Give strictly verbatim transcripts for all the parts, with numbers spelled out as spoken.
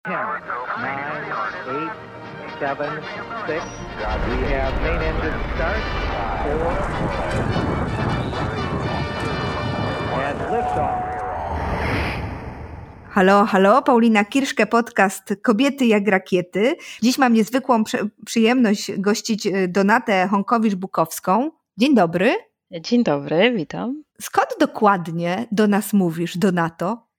ten, nine, eight, seven, six. We have main engine start. four. And liftoff. Halo, halo, Paulina Kirszke, podcast Kobiety jak rakiety. Dziś mam niezwykłą przy- przyjemność gościć Donatę Honkowicz-Bukowską. Dzień dobry. Dzień dobry, witam. Skąd dokładnie do nas mówisz, Donato?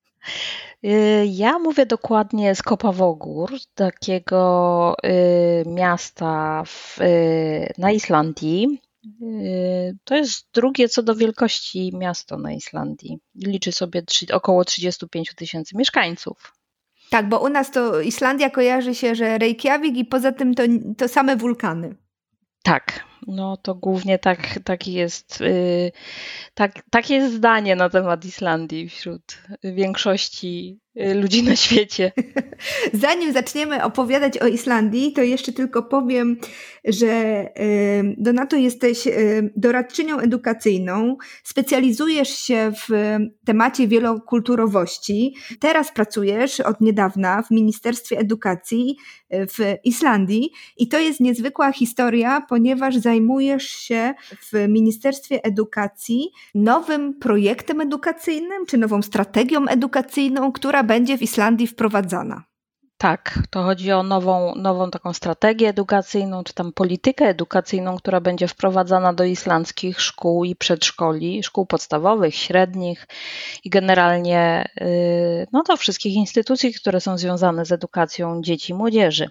Ja mówię dokładnie z Kopavogur, takiego y, miasta w, y, na Islandii. Y, to jest drugie co do wielkości miasto na Islandii. Liczy sobie trzy, około trzydzieści pięć tysięcy mieszkańców. Tak, bo u nas to Islandia kojarzy się, że Reykjavik i poza tym to, to same wulkany. Tak, no to głównie tak, tak jest, yy, tak, takie jest zdanie na temat Islandii wśród większości ludzi na świecie. Zanim zaczniemy opowiadać o Islandii, to jeszcze tylko powiem, że Donato, jesteś doradczynią edukacyjną, specjalizujesz się w temacie wielokulturowości. Teraz pracujesz od niedawna w Ministerstwie Edukacji w Islandii i to jest niezwykła historia, ponieważ zajmujesz się w Ministerstwie Edukacji nowym projektem edukacyjnym, czy nową strategią edukacyjną, która będzie w Islandii wprowadzana. Tak, to chodzi o nową, nową taką strategię edukacyjną, czy tam politykę edukacyjną, która będzie wprowadzana do islandzkich szkół i przedszkoli, szkół podstawowych, średnich i generalnie no, do wszystkich instytucji, które są związane z edukacją dzieci i młodzieży.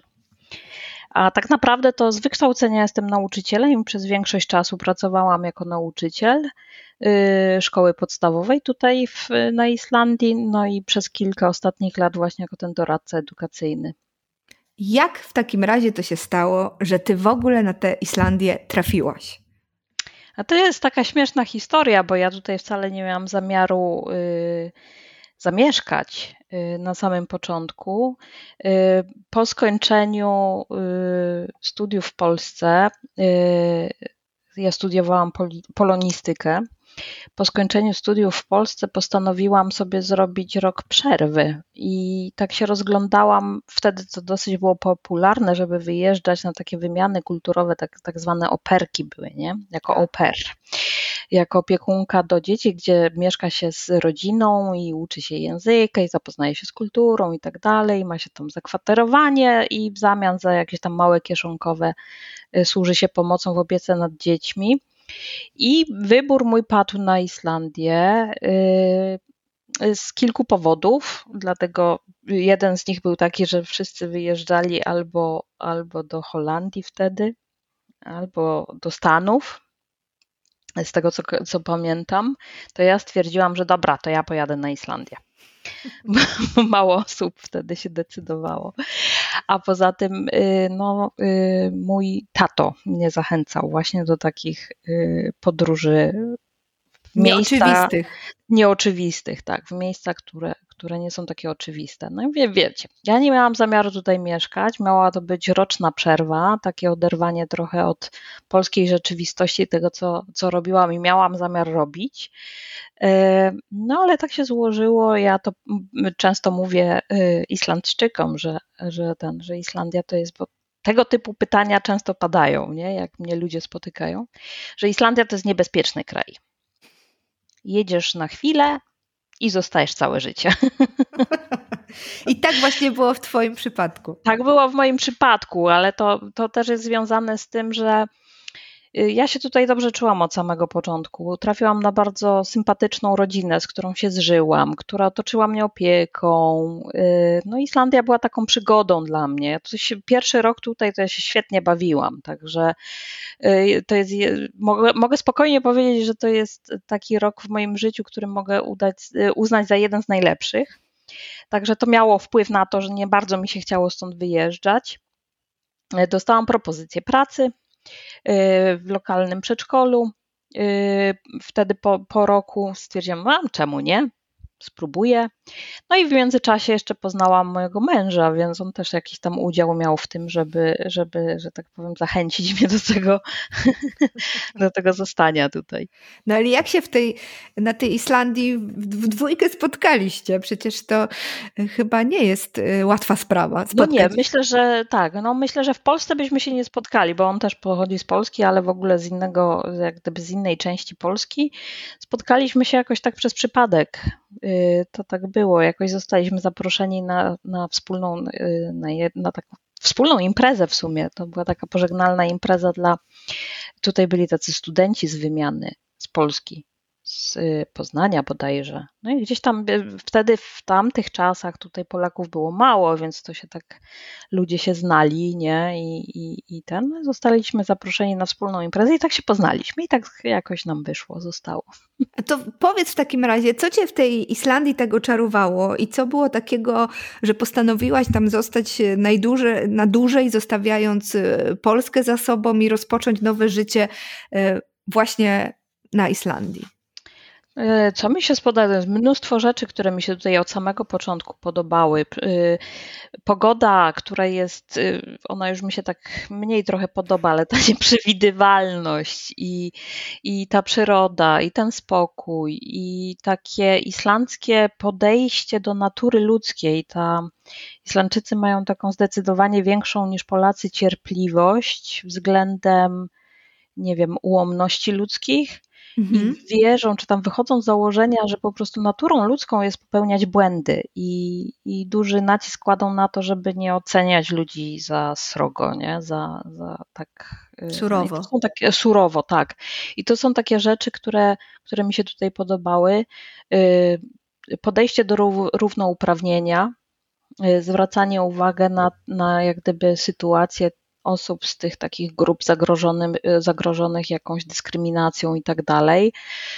A tak naprawdę to z wykształcenia jestem nauczycielem i przez większość czasu pracowałam jako nauczyciel szkoły podstawowej tutaj w, na Islandii, no i przez kilka ostatnich lat właśnie jako ten doradca edukacyjny. Jak w takim razie to się stało, że ty w ogóle na tę Islandię trafiłaś? A to jest taka śmieszna historia, bo ja tutaj wcale nie miałam zamiaru y, zamieszkać y, na samym początku. Y, po skończeniu y, studiów w Polsce, y, ja studiowałam poli, polonistykę. Po skończeniu studiów w Polsce postanowiłam sobie zrobić rok przerwy i tak się rozglądałam, wtedy to dosyć było popularne, żeby wyjeżdżać na takie wymiany kulturowe, tak, tak zwane operki były, nie? Jako au pair, jako opiekunka do dzieci, gdzie mieszka się z rodziną i uczy się języka i zapoznaje się z kulturą i tak dalej, ma się tam zakwaterowanie i w zamian za jakieś tam małe kieszonkowe służy się pomocą w opiece nad dziećmi. I wybór mój padł na Islandię z kilku powodów, dlatego jeden z nich był taki, że wszyscy wyjeżdżali albo, albo do Holandii wtedy, albo do Stanów. Z tego, co, co pamiętam, to ja stwierdziłam, że dobra, to ja pojadę na Islandię. Bo mało osób wtedy się decydowało. A poza tym no, mój tato mnie zachęcał właśnie do takich podróży w miejsca nieoczywistych, tak, w miejsca, które, które nie są takie oczywiste. No i wie, wiecie, ja nie miałam zamiaru tutaj mieszkać, miała to być roczna przerwa, takie oderwanie trochę od polskiej rzeczywistości, tego co, co robiłam i miałam zamiar robić. No ale tak się złożyło, ja to często mówię Islandczykom, że, że, ten, że Islandia to jest, bo tego typu pytania często padają, nie? Jak mnie ludzie spotykają, że Islandia to jest niebezpieczny kraj. Jedziesz na chwilę i zostajesz całe życie. I tak właśnie było w twoim przypadku. Tak było w moim przypadku, ale to, to też jest związane z tym, że ja się tutaj dobrze czułam od samego początku. Trafiłam na bardzo sympatyczną rodzinę, z którą się zżyłam, która otoczyła mnie opieką. No Islandia była taką przygodą dla mnie. Ja się, pierwszy rok tutaj to ja się świetnie bawiłam, także to jest, mogę, mogę spokojnie powiedzieć, że to jest taki rok w moim życiu, który mogę udać, uznać za jeden z najlepszych. Także to miało wpływ na to, że nie bardzo mi się chciało stąd wyjeżdżać. Dostałam propozycję pracy w lokalnym przedszkolu. Wtedy po, po roku stwierdziłam, a czemu nie? spróbuję. No i w międzyczasie jeszcze poznałam mojego męża, więc on też jakiś tam udział miał w tym, żeby, żeby że tak powiem, zachęcić mnie do tego, do tego zostania tutaj. No ale jak się w tej, na tej Islandii w dwójkę spotkaliście? Przecież to chyba nie jest łatwa sprawa. No nie, myślę, że tak. No myślę, że w Polsce byśmy się nie spotkali, bo on też pochodzi z Polski, ale w ogóle z innego, jak gdyby z innej części Polski. Spotkaliśmy się jakoś tak przez przypadek. To tak było. Jakoś zostaliśmy zaproszeni na, na wspólną, na, na taką wspólną imprezę w sumie. To była taka pożegnalna impreza dla, tutaj byli tacy studenci z wymiany z Polski, z Poznania bodajże. No i gdzieś tam wtedy w tamtych czasach tutaj Polaków było mało, więc to się tak ludzie się znali, nie? I, i, i ten, zostaliśmy zaproszeni na wspólną imprezę i tak się poznaliśmy i tak jakoś nam wyszło, zostało. To powiedz w takim razie, co cię w tej Islandii tak oczarowało i co było takiego, że postanowiłaś tam zostać najdłużej, na dłużej, zostawiając Polskę za sobą i rozpocząć nowe życie właśnie na Islandii? Co mi się spodobało? Jest mnóstwo rzeczy, które mi się tutaj od samego początku podobały. Pogoda, która jest, ona już mi się tak mniej trochę podoba, ale ta nieprzewidywalność i, i ta przyroda, i ten spokój, i takie islandzkie podejście do natury ludzkiej. Ta, Islandczycy mają taką zdecydowanie większą niż Polacy cierpliwość względem, nie wiem, ułomności ludzkich. I wierzą, czy tam wychodzą z założenia, że po prostu naturą ludzką jest popełniać błędy i, i duży nacisk kładą na to, żeby nie oceniać ludzi za srogo, nie? Za, za tak surowo. No to są takie, surowo, tak. I to są takie rzeczy, które, które mi się tutaj podobały. Podejście do równouprawnienia, zwracanie uwagi na, na jak gdyby sytuację osób z tych takich grup zagrożonych, zagrożonych jakąś dyskryminacją i tak dalej.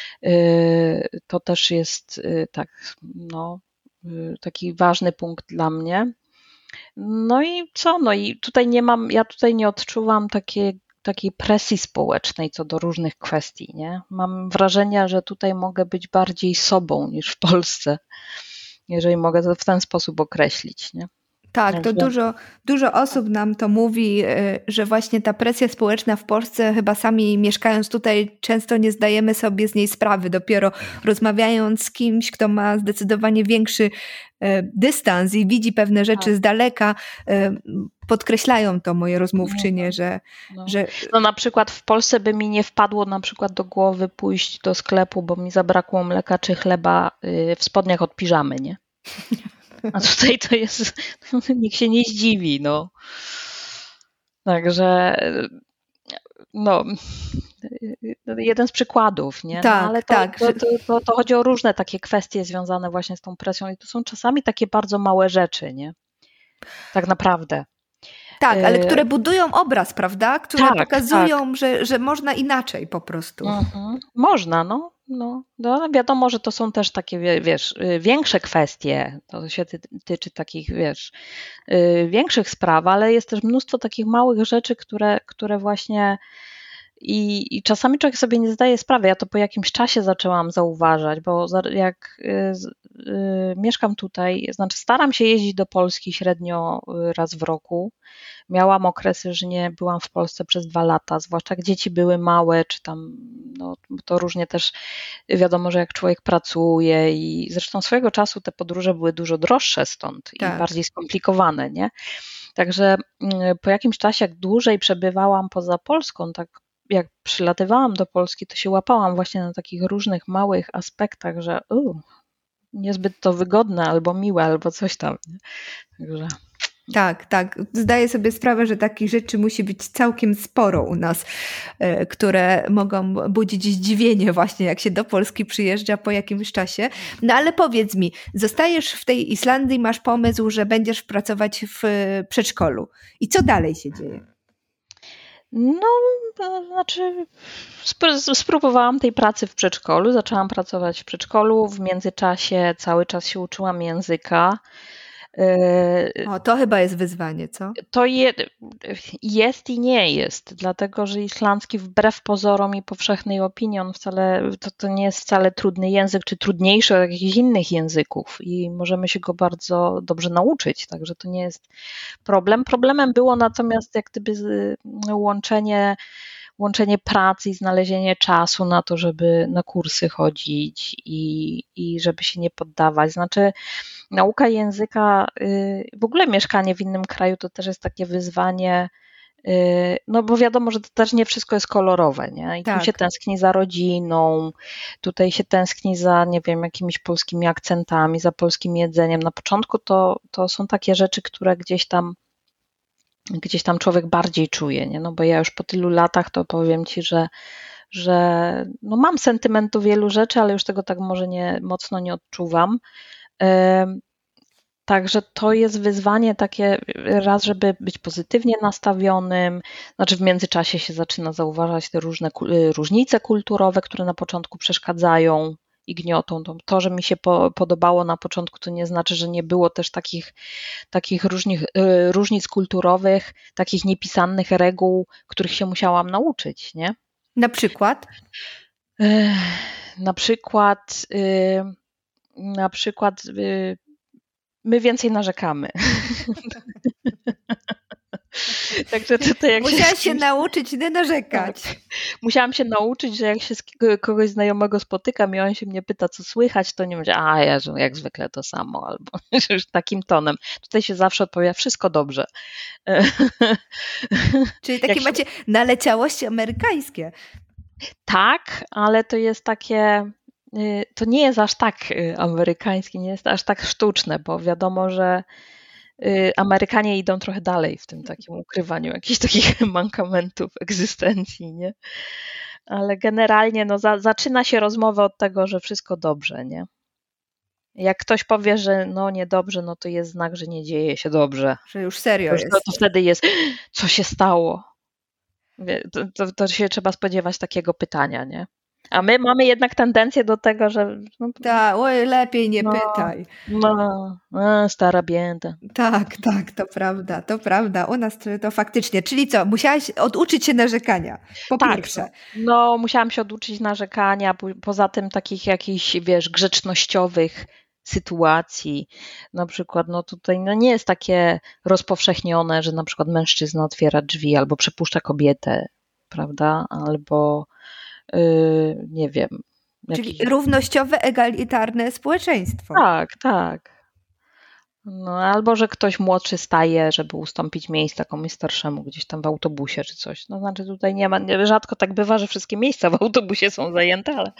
To też jest tak, no, taki ważny punkt dla mnie. No i co? No i tutaj nie mam, ja tutaj nie odczuwam takiej, takiej presji społecznej co do różnych kwestii, nie? Mam wrażenie, że tutaj mogę być bardziej sobą niż w Polsce, jeżeli mogę to w ten sposób określić, nie? Tak, to dużo, dużo osób nam to mówi, że właśnie ta presja społeczna w Polsce, chyba sami mieszkając tutaj, często nie zdajemy sobie z niej sprawy. Dopiero rozmawiając z kimś, kto ma zdecydowanie większy dystans i widzi pewne rzeczy tak z daleka, podkreślają to moje rozmówczynie, no, że, no. że... No na przykład w Polsce by mi nie wpadło na przykład do głowy pójść do sklepu, bo mi zabrakło mleka czy chleba w spodniach od piżamy, nie? A tutaj to jest, nikt się nie zdziwi, no. Także, no, jeden z przykładów, nie? Tak, no, ale to, tak. to, to, to, to chodzi o różne takie kwestie związane właśnie z tą presją i to są czasami takie bardzo małe rzeczy, nie? Tak naprawdę. Tak, ale które budują obraz, prawda? Które tak, pokazują, tak. Że, że można inaczej po prostu. Mhm. Można, no. No, no, wiadomo, że to są też takie, wiesz, większe kwestie, to się ty, tyczy takich, wiesz, większych spraw, ale jest też mnóstwo takich małych rzeczy, które, które właśnie i, i czasami człowiek sobie nie zdaje sprawy. Ja to po jakimś czasie zaczęłam zauważać, bo jak y, y, mieszkam tutaj, znaczy staram się jeździć do Polski średnio raz w roku. Miałam okresy, że nie byłam w Polsce przez dwa lata, zwłaszcza jak dzieci były małe, czy tam, no to różnie też wiadomo, że jak człowiek pracuje i zresztą swojego czasu te podróże były dużo droższe stąd tak. i bardziej skomplikowane, nie? Także po jakimś czasie, jak dłużej przebywałam poza Polską, tak jak przylatywałam do Polski, to się łapałam właśnie na takich różnych małych aspektach, że uh, niezbyt to wygodne, albo miłe, albo coś tam. Nie? Także... Tak, tak. Zdaję sobie sprawę, że takich rzeczy musi być całkiem sporo u nas, które mogą budzić zdziwienie właśnie, jak się do Polski przyjeżdża po jakimś czasie. No ale powiedz mi, zostajesz w tej Islandii, masz pomysł, że będziesz pracować w przedszkolu. I co dalej się dzieje? No, to znaczy spróbowałam tej pracy w przedszkolu, zaczęłam pracować w przedszkolu, w międzyczasie cały czas się uczyłam języka, O, to chyba jest wyzwanie, co? To je, jest i nie jest, dlatego że islandzki wbrew pozorom i powszechnej opinii, on wcale, to, to nie jest wcale trudny język, czy trudniejszy od jakichś innych języków i możemy się go bardzo dobrze nauczyć, także to nie jest problem. Problemem było natomiast jak gdyby łączenie łączenie pracy i znalezienie czasu na to, żeby na kursy chodzić i, i żeby się nie poddawać. Znaczy nauka języka, w ogóle mieszkanie w innym kraju to też jest takie wyzwanie, no bo wiadomo, że to też nie wszystko jest kolorowe, nie? I tak. Tu się tęskni za rodziną, tutaj się tęskni za, nie wiem, jakimiś polskimi akcentami, za polskim jedzeniem. Na początku to, to są takie rzeczy, które gdzieś tam gdzieś tam człowiek bardziej czuje, nie? No bo ja już po tylu latach to powiem Ci, że, że no mam sentyment do wielu rzeczy, ale już tego tak może nie, mocno nie odczuwam. Także to jest wyzwanie takie raz, żeby być pozytywnie nastawionym, znaczy w międzyczasie się zaczyna zauważać te różne różnice kulturowe, które na początku przeszkadzają i gniotą. To, że mi się po, podobało na początku, to nie znaczy, że nie było też takich, takich różnych, różnic kulturowych, takich niepisanych reguł, których się musiałam nauczyć, nie? Na przykład? Na przykład na przykład my więcej narzekamy. Także tutaj jak Musiałaś się, się kimś... nauczyć nie narzekać. Tak. Musiałam się nauczyć, że jak się z kogoś znajomego spotykam i on się mnie pyta, co słychać, to nie będzie, a Jezu, jak zwykle to samo, albo już takim tonem. Tutaj się zawsze odpowiada, wszystko dobrze. Czyli takie jak macie się... naleciałości amerykańskie. Tak, ale to jest takie... To nie jest aż tak amerykańskie, nie jest aż tak sztuczne, bo wiadomo, że Amerykanie idą trochę dalej w tym takim ukrywaniu jakichś takich mankamentów egzystencji, nie? Ale generalnie no, za, zaczyna się rozmowa od tego, że wszystko dobrze, nie? Jak ktoś powie, że no niedobrze, no to jest znak, że nie dzieje się dobrze. Że już serio to, jest. To, to wtedy jest, co się stało? To, to, to się trzeba spodziewać takiego pytania, nie? A my mamy jednak tendencję do tego, że... No, tak, oj, lepiej nie no, pytaj. No, no, stara bieda. Tak, tak, to prawda, to prawda. U nas to, to faktycznie. Czyli co, musiałaś oduczyć się narzekania, po tak, pierwsze. No, musiałam się oduczyć narzekania, poza tym takich jakichś, wiesz, grzecznościowych sytuacji. Na przykład, no tutaj no nie jest takie rozpowszechnione, że na przykład mężczyzna otwiera drzwi albo przepuszcza kobietę, prawda, albo... Yy, nie wiem. Czyli jakiś... równościowe, egalitarne społeczeństwo. Tak, tak. No, albo, że ktoś młodszy staje, żeby ustąpić miejsca komuś starszemu gdzieś tam w autobusie czy coś. No znaczy tutaj nie ma, rzadko tak bywa, że wszystkie miejsca w autobusie są zajęte, ale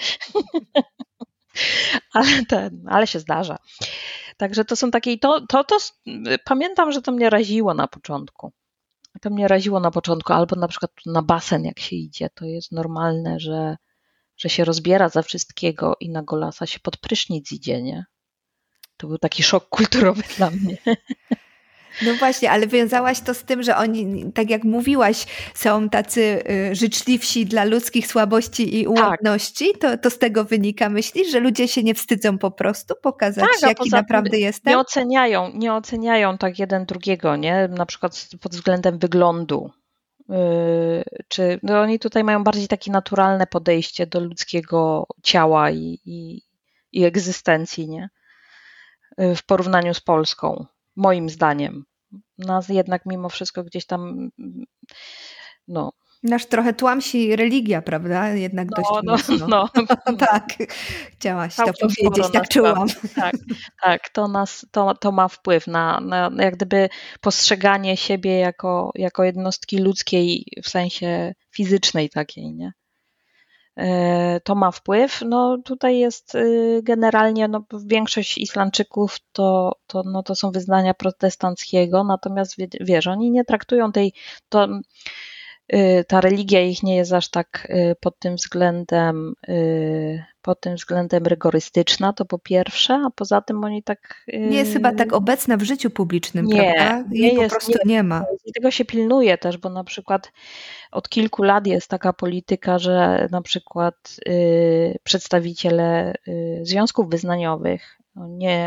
ale, ten, ale się zdarza. Także to są takie, to, to, to pamiętam, że to mnie raziło na początku. To mnie raziło na początku, albo na przykład na basen jak się idzie, to jest normalne, że, że się rozbiera za wszystkiego i na golasa się pod prysznic idzie, nie? To był taki szok kulturowy dla mnie. No właśnie, ale wiązałaś to z tym, że oni, tak jak mówiłaś, są tacy życzliwsi dla ludzkich słabości i ułomności, tak. to, to z tego wynika, myślisz, że ludzie się nie wstydzą po prostu pokazać, tak, jaki naprawdę jestem? Nie oceniają, nie oceniają tak jeden drugiego, nie? Na przykład pod względem wyglądu. Yy, czy no oni tutaj mają bardziej takie naturalne podejście do ludzkiego ciała i, i, i egzystencji, nie? Yy, w porównaniu z Polską. Moim zdaniem. Nas jednak mimo wszystko gdzieś tam no. Nasz trochę tłamsi religia, prawda? Jednak no, dość no, mocno. No. tak, chciałaś to powiedzieć, tak czułam. Tak, tak, to, nas, to, to ma wpływ na, na jak gdyby postrzeganie siebie jako, jako jednostki ludzkiej w sensie fizycznej takiej, nie? To ma wpływ. No tutaj jest generalnie no, większość Islandczyków to, to, no, to są wyznania protestanckiego, natomiast wiesz, oni nie traktują tej, to, ta religia ich nie jest aż tak pod tym względem pod tym względem rygorystyczna, to po pierwsze, a poza tym oni tak... Nie jest chyba tak obecna w życiu publicznym, nie, prawda? Jej nie po prostu nie, nie ma. I tego się pilnuje też, bo na przykład od kilku lat jest taka polityka, że na przykład y, przedstawiciele y, związków wyznaniowych no nie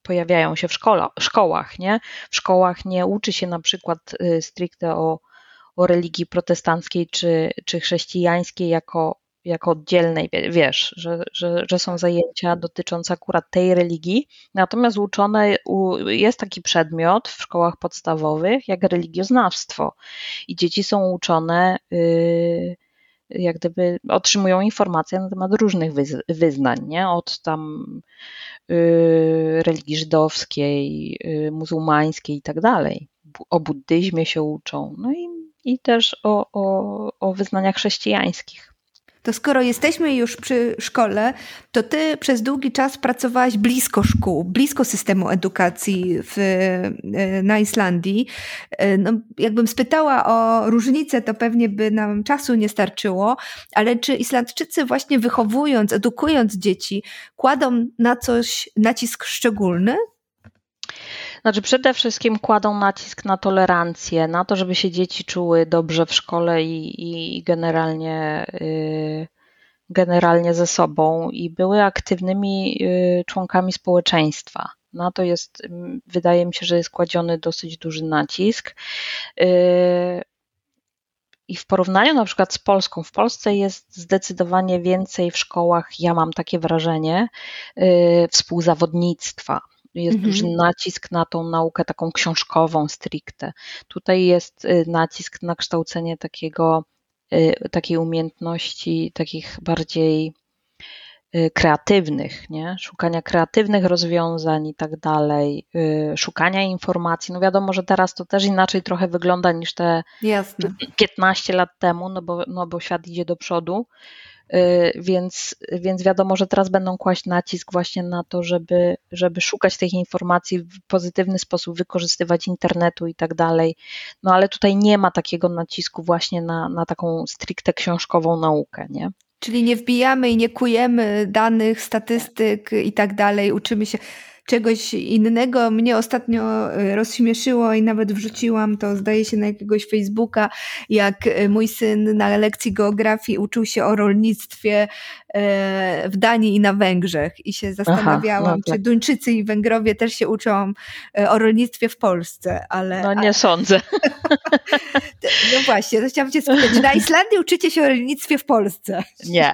pojawiają się w szkola, szkołach, nie? W szkołach nie uczy się na przykład stricte o, o religii protestanckiej czy, czy chrześcijańskiej jako, jako oddzielnej, wiesz, że, że, że są zajęcia dotyczące akurat tej religii, natomiast uczone jest taki przedmiot w szkołach podstawowych jak religioznawstwo i dzieci są uczone, jak gdyby otrzymują informacje na temat różnych wyznań, nie? Od tam religii żydowskiej, muzułmańskiej i tak dalej. O buddyzmie się uczą, no i, i też o, o, o wyznaniach chrześcijańskich. To skoro jesteśmy już przy szkole, to ty przez długi czas pracowałaś blisko szkół, blisko systemu edukacji w, na Islandii. No, jakbym spytała o różnice, to pewnie by nam czasu nie starczyło, ale czy Islandczycy właśnie wychowując, edukując dzieci, kładą na coś nacisk szczególny? Znaczy przede wszystkim kładą nacisk na tolerancję, na to, żeby się dzieci czuły dobrze w szkole i, i generalnie, yy, generalnie ze sobą i były aktywnymi yy, członkami społeczeństwa. Na to jest, wydaje mi się, że jest kładziony dosyć duży nacisk. Yy, I w porównaniu na przykład z Polską, w Polsce jest zdecydowanie więcej w szkołach, ja mam takie wrażenie, yy, współzawodnictwa. Jest mhm. duży nacisk na tą naukę taką książkową stricte. Tutaj jest nacisk na kształcenie takiego, takiej umiejętności, takich bardziej kreatywnych, nie? Szukania kreatywnych rozwiązań i tak dalej, szukania informacji. No wiadomo, że teraz to też inaczej trochę wygląda niż te Jasne. piętnaście lat temu, no bo, no bo świat idzie do przodu. Więc, więc wiadomo, że teraz będą kłaść nacisk właśnie na to, żeby, żeby szukać tych informacji w pozytywny sposób, wykorzystywać internetu i tak dalej. No ale tutaj nie ma takiego nacisku właśnie na, na taką stricte książkową naukę, nie? Czyli nie wbijamy i nie kujemy danych, statystyk i tak dalej, uczymy się czegoś innego. Mnie ostatnio rozśmieszyło i nawet wrzuciłam to, zdaje się, na jakiegoś Facebooka, jak mój syn na lekcji geografii uczył się o rolnictwie w Danii i na Węgrzech i się zastanawiałam, Aha, no tak. czy Duńczycy i Węgrowie też się uczą o rolnictwie w Polsce, ale... No nie ale... sądzę. No właśnie, to chciałam cię spytać, czy na Islandii uczycie się o rolnictwie w Polsce? Nie.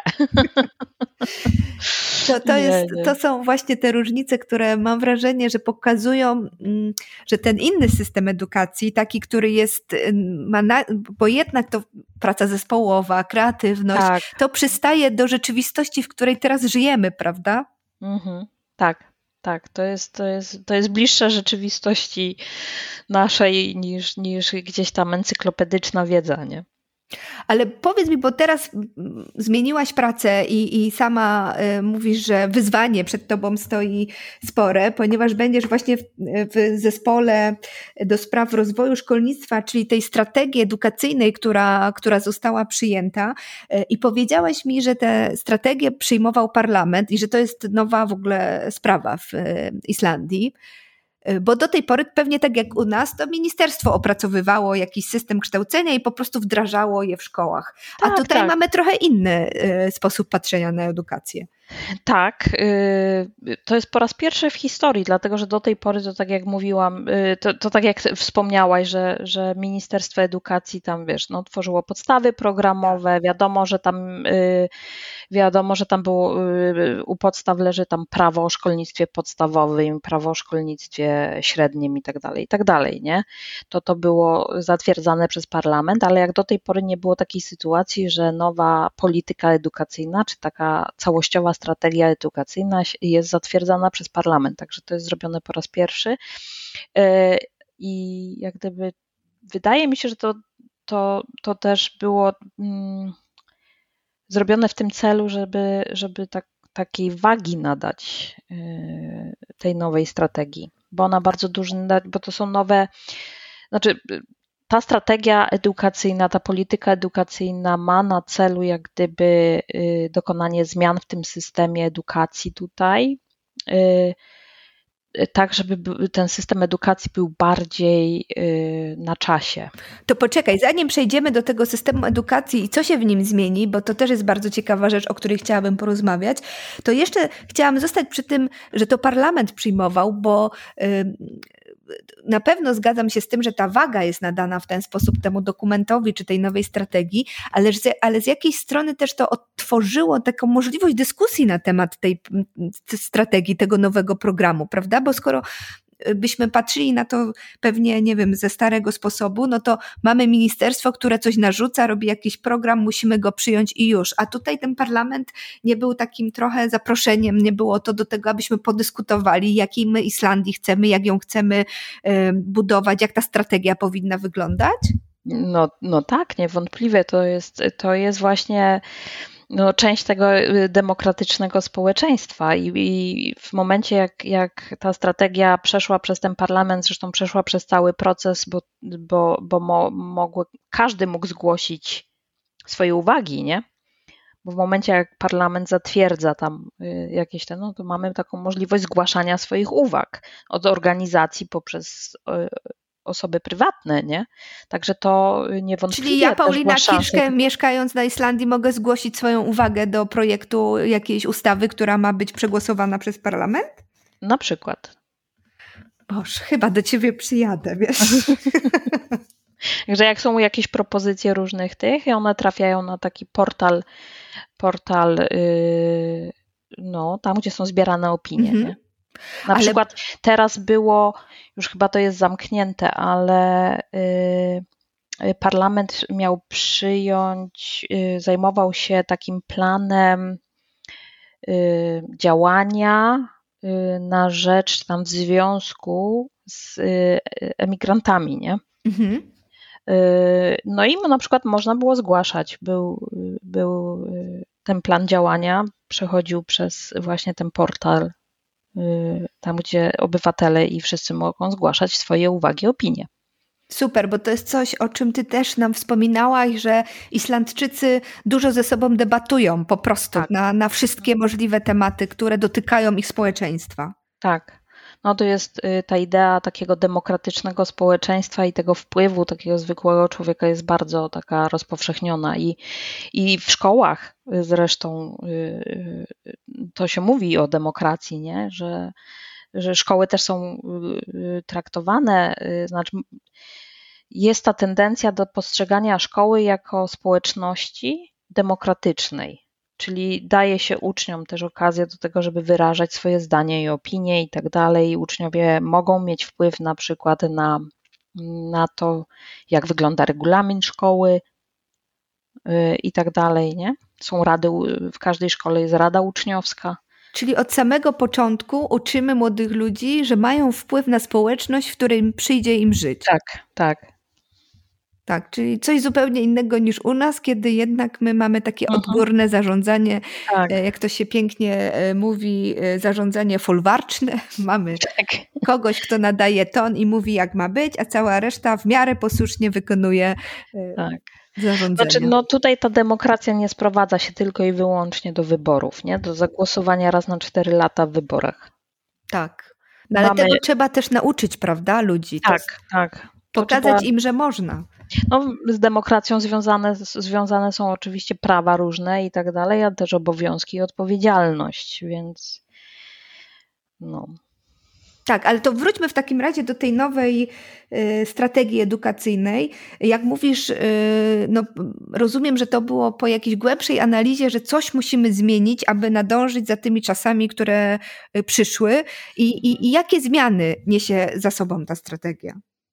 To, to, jest, nie, nie. to są właśnie te różnice, które mam wrażenie, że pokazują, że ten inny system edukacji, taki, który jest, ma na, bo jednak to praca zespołowa, kreatywność, tak. to przystaje do rzeczywistości, w której teraz żyjemy, prawda? Mhm, tak. Tak, to jest, to, jest, to jest bliższa rzeczywistości naszej niż, niż gdzieś tam encyklopedyczna wiedza, nie? Ale powiedz mi, bo teraz zmieniłaś pracę i, i sama y, mówisz, że wyzwanie przed tobą stoi spore, ponieważ będziesz właśnie w, w zespole do spraw rozwoju szkolnictwa, czyli tej strategii edukacyjnej, która, która została przyjęta y, i powiedziałaś mi, że tę strategię przyjmował parlament i że to jest nowa w ogóle sprawa w y, Islandii. Bo do tej pory pewnie tak jak u nas, to ministerstwo opracowywało jakiś system kształcenia i po prostu wdrażało je w szkołach. A tak, tutaj tak. mamy trochę inny y, sposób patrzenia na edukację. Tak, to jest po raz pierwszy w historii, dlatego że do tej pory, to tak jak mówiłam, to, to tak jak wspomniałaś, że, że Ministerstwo Edukacji tam, wiesz, no, tworzyło podstawy programowe, wiadomo, że tam wiadomo, że tam było, u podstaw leży tam prawo o szkolnictwie podstawowym, prawo o szkolnictwie średnim i tak dalej, i tak dalej, nie? To to było zatwierdzane przez parlament, ale jak do tej pory nie było takiej sytuacji, że nowa polityka edukacyjna, czy taka całościowa strategia edukacyjna jest zatwierdzana przez parlament, także to jest zrobione po raz pierwszy i jak gdyby wydaje mi się, że to, to, to też było mm, zrobione w tym celu, żeby, żeby tak, takiej wagi nadać tej nowej strategii, bo ona bardzo duży, bo to są nowe, znaczy ta strategia edukacyjna, ta polityka edukacyjna ma na celu jak gdyby dokonanie zmian w tym systemie edukacji tutaj. tak, żeby ten system edukacji był bardziej na czasie. To poczekaj, zanim przejdziemy do tego systemu edukacji i co się w nim zmieni, bo to też jest bardzo ciekawa rzecz, o której chciałabym porozmawiać, to jeszcze chciałam zostać przy tym, że to parlament przyjmował, bo na pewno zgadzam się z tym, że ta waga jest nadana w ten sposób temu dokumentowi czy tej nowej strategii, ale, ale z jakiejś strony też to otworzyło taką możliwość dyskusji na temat tej, tej strategii, tego nowego programu, prawda? Bo skoro byśmy patrzyli na to pewnie, nie wiem, ze starego sposobu, no to mamy ministerstwo, które coś narzuca, robi jakiś program, musimy go przyjąć i już. A tutaj ten parlament nie był takim trochę zaproszeniem, nie było to do tego, abyśmy podyskutowali, jakiej my Islandii chcemy, jak ją chcemy budować, jak ta strategia powinna wyglądać? No, no tak, niewątpliwie to jest, to jest właśnie no, część tego demokratycznego społeczeństwa i, i w momencie jak, jak ta strategia przeszła przez ten parlament, zresztą przeszła przez cały proces, bo, bo, bo mo, mogły, każdy mógł zgłosić swoje uwagi, nie? Bo w momencie jak parlament zatwierdza tam jakieś te, no to mamy taką możliwość zgłaszania swoich uwag od organizacji poprzez osoby prywatne, nie? Także to niewątpliwie. Czyli ja, Paulina Kirszke, szansę... mieszkając na Islandii, mogę zgłosić swoją uwagę do projektu jakiejś ustawy, która ma być przegłosowana przez parlament? Na przykład. Boże, chyba do ciebie przyjadę, wiesz? Także jak są jakieś propozycje różnych tych i one trafiają na taki portal, portal yy, no, tam gdzie są zbierane opinie, mm-hmm. nie? Na ale... przykład teraz było, już chyba to jest zamknięte, ale y, parlament miał przyjąć, y, zajmował się takim planem y, działania y, na rzecz tam w związku z y, emigrantami, nie? Mhm. Y, no i na przykład można było zgłaszać, był, był y, ten plan działania, przechodził przez właśnie ten portal, tam gdzie obywatele i wszyscy mogą zgłaszać swoje uwagi, opinie. Super, bo to jest coś, o czym ty też nam wspominałaś, że Islandczycy dużo ze sobą debatują po prostu tak. na, na wszystkie możliwe tematy, które dotykają ich społeczeństwa. Tak. No to jest ta idea takiego demokratycznego społeczeństwa i tego wpływu takiego zwykłego człowieka jest bardzo taka rozpowszechniona i, i w szkołach zresztą to się mówi o demokracji, nie? Że, że szkoły też są traktowane, znaczy jest ta tendencja do postrzegania szkoły jako społeczności demokratycznej. Czyli daje się uczniom też okazję do tego, żeby wyrażać swoje zdanie i opinie i tak dalej. Uczniowie mogą mieć wpływ na przykład na, na to, jak wygląda regulamin szkoły yy, i tak dalej, nie? Są rady, w każdej szkole jest rada uczniowska. Czyli od samego początku uczymy młodych ludzi, że mają wpływ na społeczność, w której przyjdzie im żyć. Tak, tak. Tak, czyli coś zupełnie innego niż u nas, kiedy jednak my mamy takie odgórne mhm. zarządzanie, tak. jak to się pięknie mówi, zarządzanie folwarczne. Mamy tak. kogoś, kto nadaje ton i mówi, jak ma być, a cała reszta w miarę posłusznie wykonuje tak. zarządzanie. Znaczy, no tutaj ta demokracja nie sprowadza się tylko i wyłącznie do wyborów, nie? Do zagłosowania raz na cztery lata w wyborach. Tak, no, ale Mamy... tego trzeba też nauczyć, prawda, ludzi? Tak, to tak. Pokazać trzeba... im, że można. No, z demokracją związane, związane są oczywiście prawa różne i tak dalej, ale też obowiązki i odpowiedzialność, więc no. Tak, ale to wróćmy w takim razie do tej nowej y, strategii edukacyjnej. Jak mówisz, y, no, rozumiem, że to było po jakiejś głębszej analizie, że coś musimy zmienić, aby nadążyć za tymi czasami, które y, przyszły. I, i, I jakie zmiany niesie za sobą ta strategia?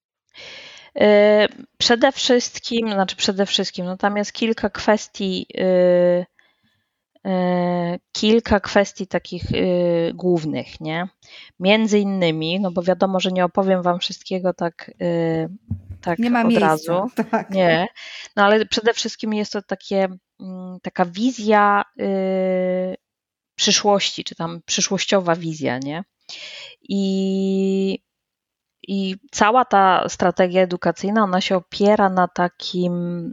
Przede wszystkim, znaczy przede wszystkim, no tam jest kilka kwestii, yy, yy, kilka kwestii takich yy, głównych, nie? Między innymi, no bo wiadomo, że nie opowiem wam wszystkiego tak, yy, tak nie ma od miejsca, razu. Tak. Nie, no ale przede wszystkim jest to takie, yy, taka wizja yy, przyszłości, czy tam przyszłościowa wizja, nie? I I cała ta strategia edukacyjna, ona się opiera na takim,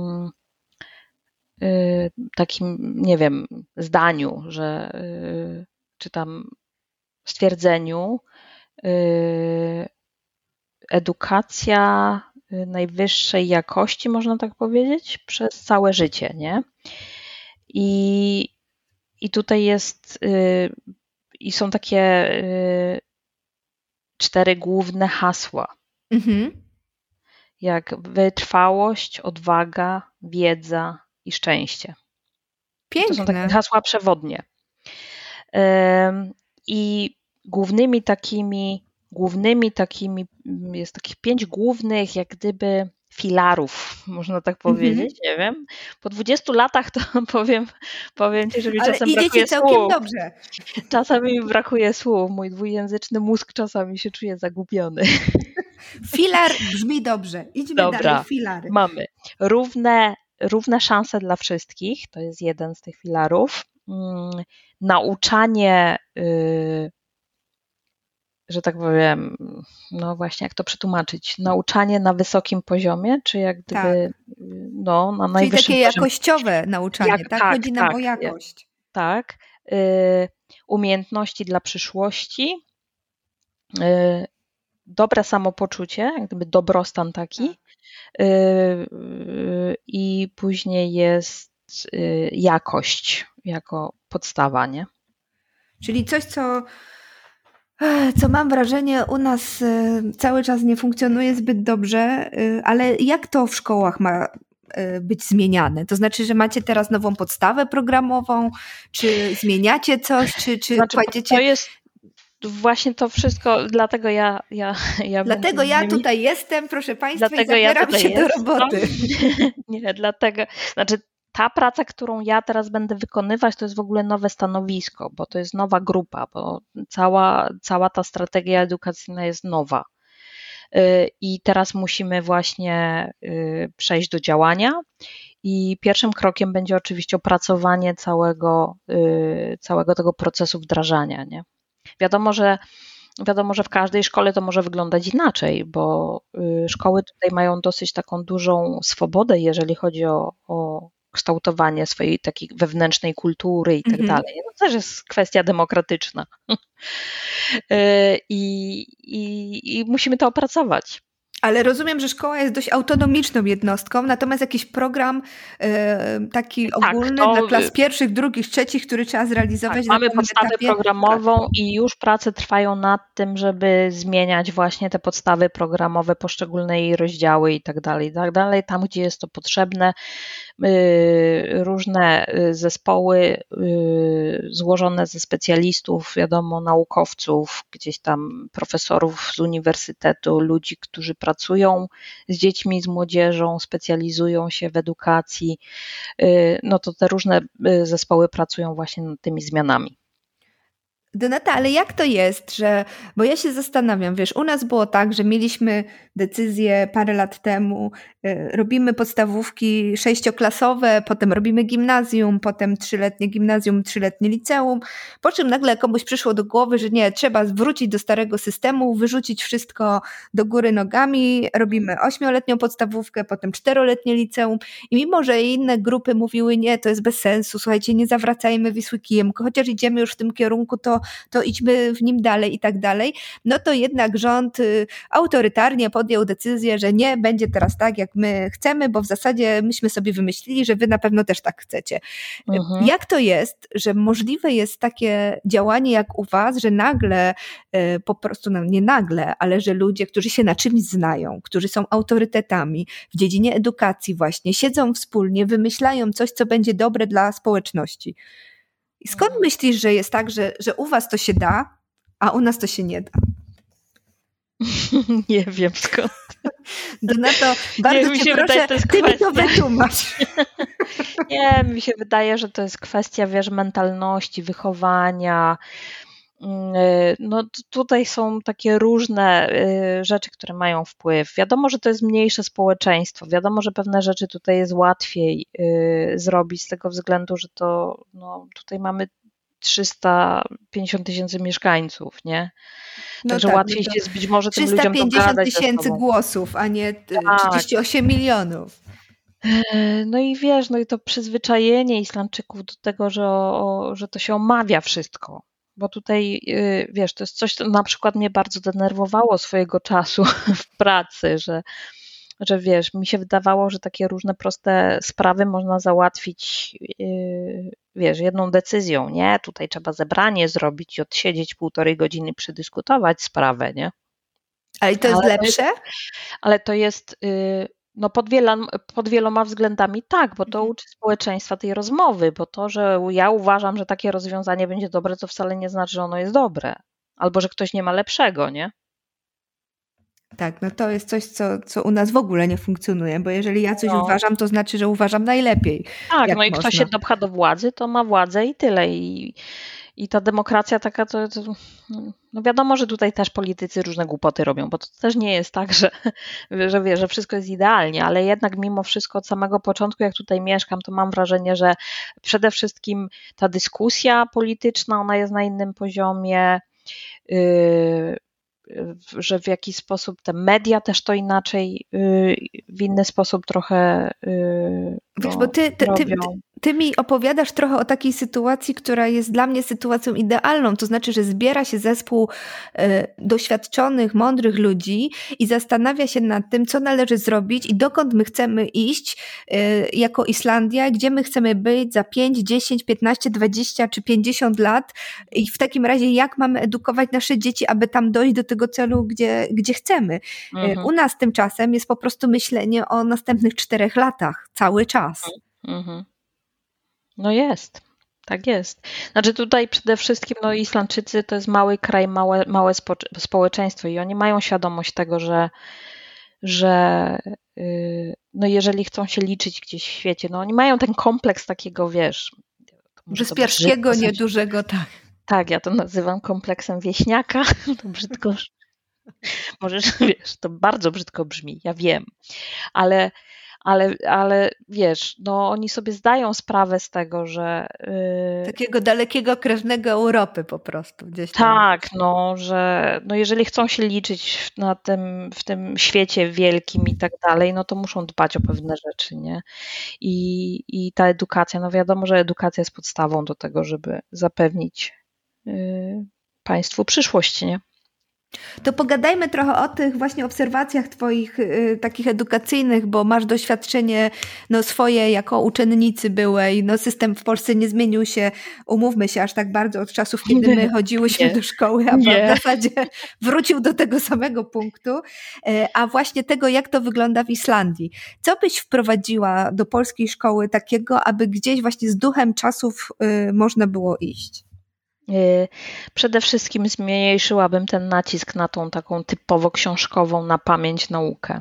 yy, takim, nie wiem, zdaniu, że, yy, czy tam stwierdzeniu, edukacja najwyższej jakości, można tak powiedzieć, przez całe życie, nie? I, i tutaj jest i są takie cztery główne hasła. Mhm. Jak wytrwałość, odwaga, wiedza i szczęście. Piękne. To są takie hasła przewodnie. I głównymi takimi, głównymi takimi, jest takich pięć głównych jak gdyby filarów, można tak powiedzieć, mm-hmm. nie wiem. Po dwudziestu latach to powiem, powiem Ci, że mi Ale czasem idzie brakuje ci całkiem słów. dobrze. Czasami mi brakuje słów. Mój dwujęzyczny mózg czasami się czuje zagubiony. Filar brzmi dobrze. Idźmy Dobra, dalej, filary. Mamy równe, równe szanse dla wszystkich, to jest jeden z tych filarów. Hmm, nauczanie, yy, że tak powiem, no właśnie, jak to przetłumaczyć? Nauczanie na wysokim poziomie, czy jak gdyby tak. no, na Czyli najwyższym takie poziomie. jakościowe nauczanie, jak, tak? tak? Chodzi nam tak, o jakość. Tak. Yy, umiejętności dla przyszłości, yy, dobre samopoczucie, jak gdyby dobrostan taki. Tak. Yy, I później jest yy, jakość jako podstawa, nie? Czyli coś, co, co mam wrażenie u nas cały czas nie funkcjonuje zbyt dobrze, ale jak to w szkołach ma być zmieniane? To znaczy, że macie teraz nową podstawę programową, czy zmieniacie coś, czy, czy znaczy, kładziecie... To jest właśnie to wszystko, dlatego ja... ja, ja dlatego ja nimi, tutaj jestem, proszę Państwa, dlatego i zabieram ja się jestem. do roboty. Nie, dlatego... Znaczy, ta praca, którą ja teraz będę wykonywać, to jest w ogóle nowe stanowisko, bo to jest nowa grupa, bo cała, cała ta strategia edukacyjna jest nowa. I teraz musimy właśnie przejść do działania i pierwszym krokiem będzie oczywiście opracowanie całego, całego tego procesu wdrażania, nie? Wiadomo, że Wiadomo, że w każdej szkole to może wyglądać inaczej, bo szkoły tutaj mają dosyć taką dużą swobodę, jeżeli chodzi o, o kształtowanie swojej takiej wewnętrznej kultury i tak mm-hmm. dalej. No to też jest kwestia demokratyczna. I, i, I musimy to opracować. Ale rozumiem, że szkoła jest dość autonomiczną jednostką, natomiast jakiś program e, taki tak, ogólny to, dla klas pierwszych, drugich, trzecich, który trzeba zrealizować. Tak, mamy podstawę etapie. programową i już prace trwają nad tym, żeby zmieniać właśnie te podstawy programowe, poszczególne jej rozdziały i tak dalej, i tak dalej. Tam, gdzie jest to potrzebne, różne zespoły złożone ze specjalistów, wiadomo, naukowców, gdzieś tam profesorów z uniwersytetu, ludzi, którzy pracują z dziećmi, z młodzieżą, specjalizują się w edukacji, no to te różne zespoły pracują właśnie nad tymi zmianami. Donata, ale jak to jest, że, bo ja się zastanawiam, wiesz, u nas było tak, że mieliśmy decyzję parę lat temu, y, robimy podstawówki sześcioklasowe, potem robimy gimnazjum, potem trzyletnie gimnazjum, trzyletnie liceum, po czym nagle komuś przyszło do głowy, że nie, trzeba wrócić do starego systemu, wyrzucić wszystko do góry nogami, robimy ośmioletnią podstawówkę, potem czteroletnie liceum i mimo, że inne grupy mówiły, nie, to jest bez sensu, słuchajcie, nie zawracajmy Wisły kijem, chociaż idziemy już w tym kierunku, to to idźmy w nim dalej i tak dalej, no to jednak rząd y, autorytarnie podjął decyzję, że nie będzie teraz tak, jak my chcemy, bo w zasadzie myśmy sobie wymyślili, że wy na pewno też tak chcecie. Mhm. Jak to jest, że możliwe jest takie działanie jak u was, że nagle, y, po prostu, no nie nagle, ale że ludzie, którzy się na czymś znają, którzy są autorytetami w dziedzinie edukacji właśnie, siedzą wspólnie, wymyślają coś, co będzie dobre dla społeczności. I skąd myślisz, że jest tak, że, że u was to się da, a u nas to się nie da? Nie wiem skąd. Donato, bardzo nie, cię proszę, wydaje, ty mi to wytłumacz. Nie, mi się wydaje, że to jest kwestia, wiesz, mentalności, wychowania. No tutaj są takie różne rzeczy, które mają wpływ. Wiadomo, że to jest mniejsze społeczeństwo. Wiadomo, że pewne rzeczy tutaj jest łatwiej zrobić z tego względu, że to no, tutaj mamy trzysta pięćdziesiąt tysięcy mieszkańców, nie? No Także tak, łatwiej no jest być może tym ludziom dogadać trzysta pięćdziesiąt tysięcy głosów, a nie trzydzieści osiem tak. milionów. No i wiesz, no i to przyzwyczajenie Islandczyków do tego, że, o, że to się omawia wszystko. Bo tutaj, wiesz, to jest coś, co na przykład mnie bardzo denerwowało swojego czasu w pracy, że, że wiesz, mi się wydawało, że takie różne proste sprawy można załatwić, wiesz, jedną decyzją, nie? Tutaj trzeba zebranie zrobić i odsiedzieć półtorej godziny, przedyskutować sprawę, nie? Ale to jest ale lepsze? Ale to jest... No pod, wiela, pod wieloma względami tak, bo to uczy społeczeństwa tej rozmowy, bo to, że ja uważam, że takie rozwiązanie będzie dobre, to wcale nie znaczy, że ono jest dobre. Albo, że ktoś nie ma lepszego, nie? Tak, no to jest coś, co, co u nas w ogóle nie funkcjonuje, bo jeżeli ja coś no. uważam, to znaczy, że uważam najlepiej. Tak, no i można. Kto się dopcha do władzy, to ma władzę i tyle. I, i ta demokracja taka, to, to no wiadomo, że tutaj też politycy różne głupoty robią, bo to też nie jest tak, że, że, wie, że wszystko jest idealnie, ale jednak mimo wszystko od samego początku, jak tutaj mieszkam, to mam wrażenie, że przede wszystkim ta dyskusja polityczna, ona jest na innym poziomie, yy, że w jakiś sposób te media też to inaczej, w inny sposób trochę Wiesz, bo ty, ty, ty, ty mi opowiadasz trochę o takiej sytuacji, która jest dla mnie sytuacją idealną, to znaczy, że zbiera się zespół doświadczonych, mądrych ludzi i zastanawia się nad tym, co należy zrobić i dokąd my chcemy iść jako Islandia, gdzie my chcemy być za pięć, dziesięć, piętnaście, dwadzieścia czy pięćdziesiąt lat i w takim razie jak mamy edukować nasze dzieci, aby tam dojść do tego celu, gdzie, gdzie chcemy. Mhm. U nas tymczasem jest po prostu myślenie o następnych czterech latach, cały czas. Mhm. No jest, tak jest. Znaczy tutaj przede wszystkim no Islandczycy to jest mały kraj, małe, małe spo, społeczeństwo i oni mają świadomość tego, że, że yy, no jeżeli chcą się liczyć gdzieś w świecie, no oni mają ten kompleks takiego, wiesz... Wyspiarskiego, niedużego, tak. Tak, ja to nazywam kompleksem wieśniaka, to brzydko, możesz, wiesz, to bardzo brzydko brzmi, ja wiem, ale, ale, ale wiesz, no oni sobie zdają sprawę z tego, że... Yy... Takiego dalekiego krewnego Europy po prostu gdzieś tam. Tak, no, że no jeżeli chcą się liczyć na tym, w tym świecie wielkim i tak dalej, no to muszą dbać o pewne rzeczy, nie? I, i ta edukacja, no wiadomo, że edukacja jest podstawą do tego, żeby zapewnić yy, państwu przyszłość, nie? To pogadajmy trochę o tych właśnie obserwacjach twoich y, takich edukacyjnych, bo masz doświadczenie no, swoje jako uczennicy byłej. No, system w Polsce nie zmienił się, umówmy się, aż tak bardzo od czasów, kiedy my chodziłyśmy nie. do szkoły, a w zasadzie wrócił do tego samego punktu, y, a właśnie tego, jak to wygląda w Islandii. Co byś wprowadziła do polskiej szkoły takiego, aby gdzieś właśnie z duchem czasów y, można było iść? Przede wszystkim zmniejszyłabym ten nacisk na tą taką typowo książkową na pamięć naukę,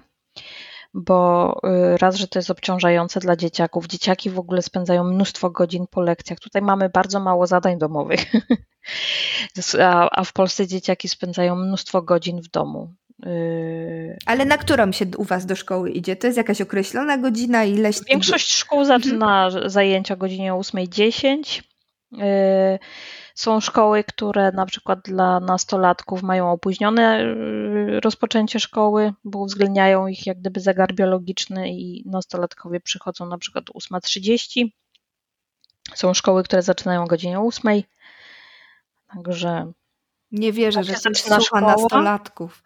bo raz, że to jest obciążające dla dzieciaków. Dzieciaki w ogóle spędzają mnóstwo godzin po lekcjach. Tutaj mamy bardzo mało zadań domowych, a w Polsce dzieciaki spędzają mnóstwo godzin w domu. Ale na którą się u was do szkoły idzie? To jest jakaś określona godzina? Ileś... Większość szkół zaczyna zajęcia o godzinie ósma dziesięć. Są szkoły, które na przykład dla nastolatków mają opóźnione rozpoczęcie szkoły, bo uwzględniają ich jak gdyby zegar biologiczny i nastolatkowie przychodzą na przykład o ósma trzydzieści. Są szkoły, które zaczynają o godzinie ósmej. Także... Nie wierzę, że się słucha nastolatków.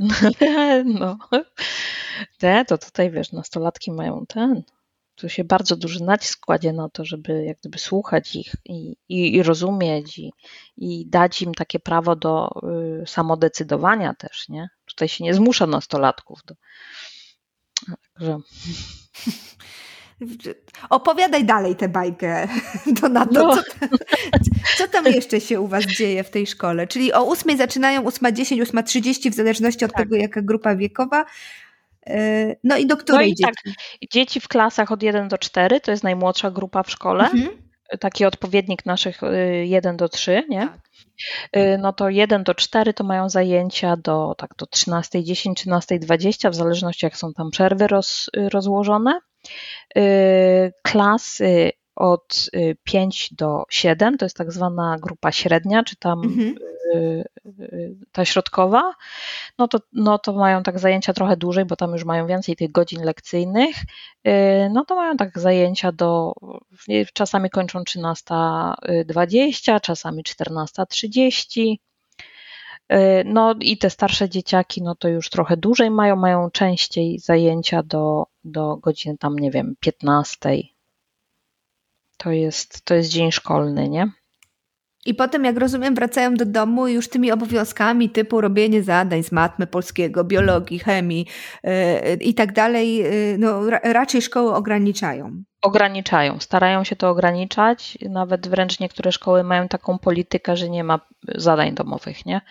No, te, to tutaj wiesz, nastolatki mają ten... Tu się bardzo duży nacisk kładzie na to, żeby jak gdyby słuchać ich i, i, i rozumieć i, i dać im takie prawo do y, samodecydowania też, nie? Tutaj się nie zmusza nastolatków. Do... Także... Opowiadaj dalej tę bajkę, Donato. No. Co, co tam jeszcze się u was dzieje w tej szkole? Czyli o ósmej zaczynają, ósma dziesięć, ósma trzydzieści, w zależności od tak. tego, jaka grupa wiekowa. No i do której no i dzieci? Tak, dzieci w klasach od jeden do czterech, to jest najmłodsza grupa w szkole, mhm. taki odpowiednik naszych jeden do trzech, nie? Tak. No to jeden do czterech to mają zajęcia do, tak, do trzynasta dziesięć, trzynasta dwadzieścia, w zależności jak są tam przerwy roz, rozłożone. Klasy od pięć do siedem, to jest tak zwana grupa średnia, czy tam mhm. ta środkowa, no to, no to mają tak zajęcia trochę dłużej, bo tam już mają więcej tych godzin lekcyjnych, no to mają tak zajęcia do, czasami kończą trzynasta dwadzieścia, czasami czternasta trzydzieści. No i te starsze dzieciaki, no to już trochę dłużej mają, mają częściej zajęcia do, do godziny tam, nie wiem, piętnastej. To jest, to jest dzień szkolny, nie? I potem, jak rozumiem, wracają do domu już tymi obowiązkami typu robienie zadań z matmy, polskiego, biologii, chemii yy, i tak dalej, yy, no ra- raczej szkoły ograniczają. Ograniczają, starają się to ograniczać, nawet wręcz niektóre szkoły mają taką politykę, że nie ma zadań domowych, nie?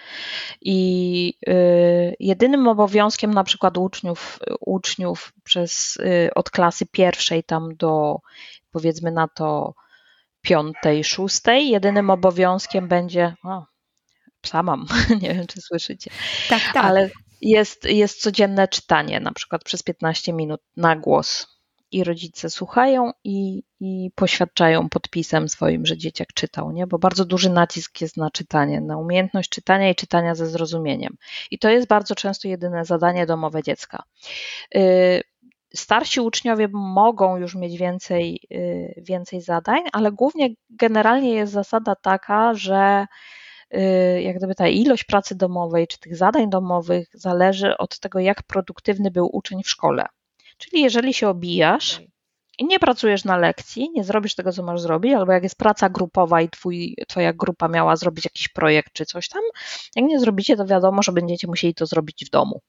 I y, jedynym obowiązkiem na przykład uczniów, uczniów przez, y, od klasy pierwszej tam do, powiedzmy na to piątej, szóstej, jedynym obowiązkiem będzie, o, psa mam, nie wiem czy słyszycie, tak, tak. ale jest, jest codzienne czytanie, na przykład przez piętnaście minut na głos. I rodzice słuchają i, i poświadczają podpisem swoim, że dzieciak czytał, nie? Bo bardzo duży nacisk jest na czytanie, na umiejętność czytania i czytania ze zrozumieniem. I to jest bardzo często jedyne zadanie domowe dziecka. Starsi uczniowie mogą już mieć więcej, więcej zadań, ale głównie generalnie jest zasada taka, że jak gdyby ta ilość pracy domowej czy tych zadań domowych zależy od tego, jak produktywny był uczeń w szkole. Czyli jeżeli się obijasz i nie pracujesz na lekcji, nie zrobisz tego, co masz zrobić, albo jak jest praca grupowa i twój, twoja grupa miała zrobić jakiś projekt czy coś tam, jak nie zrobicie, to wiadomo, że będziecie musieli to zrobić w domu.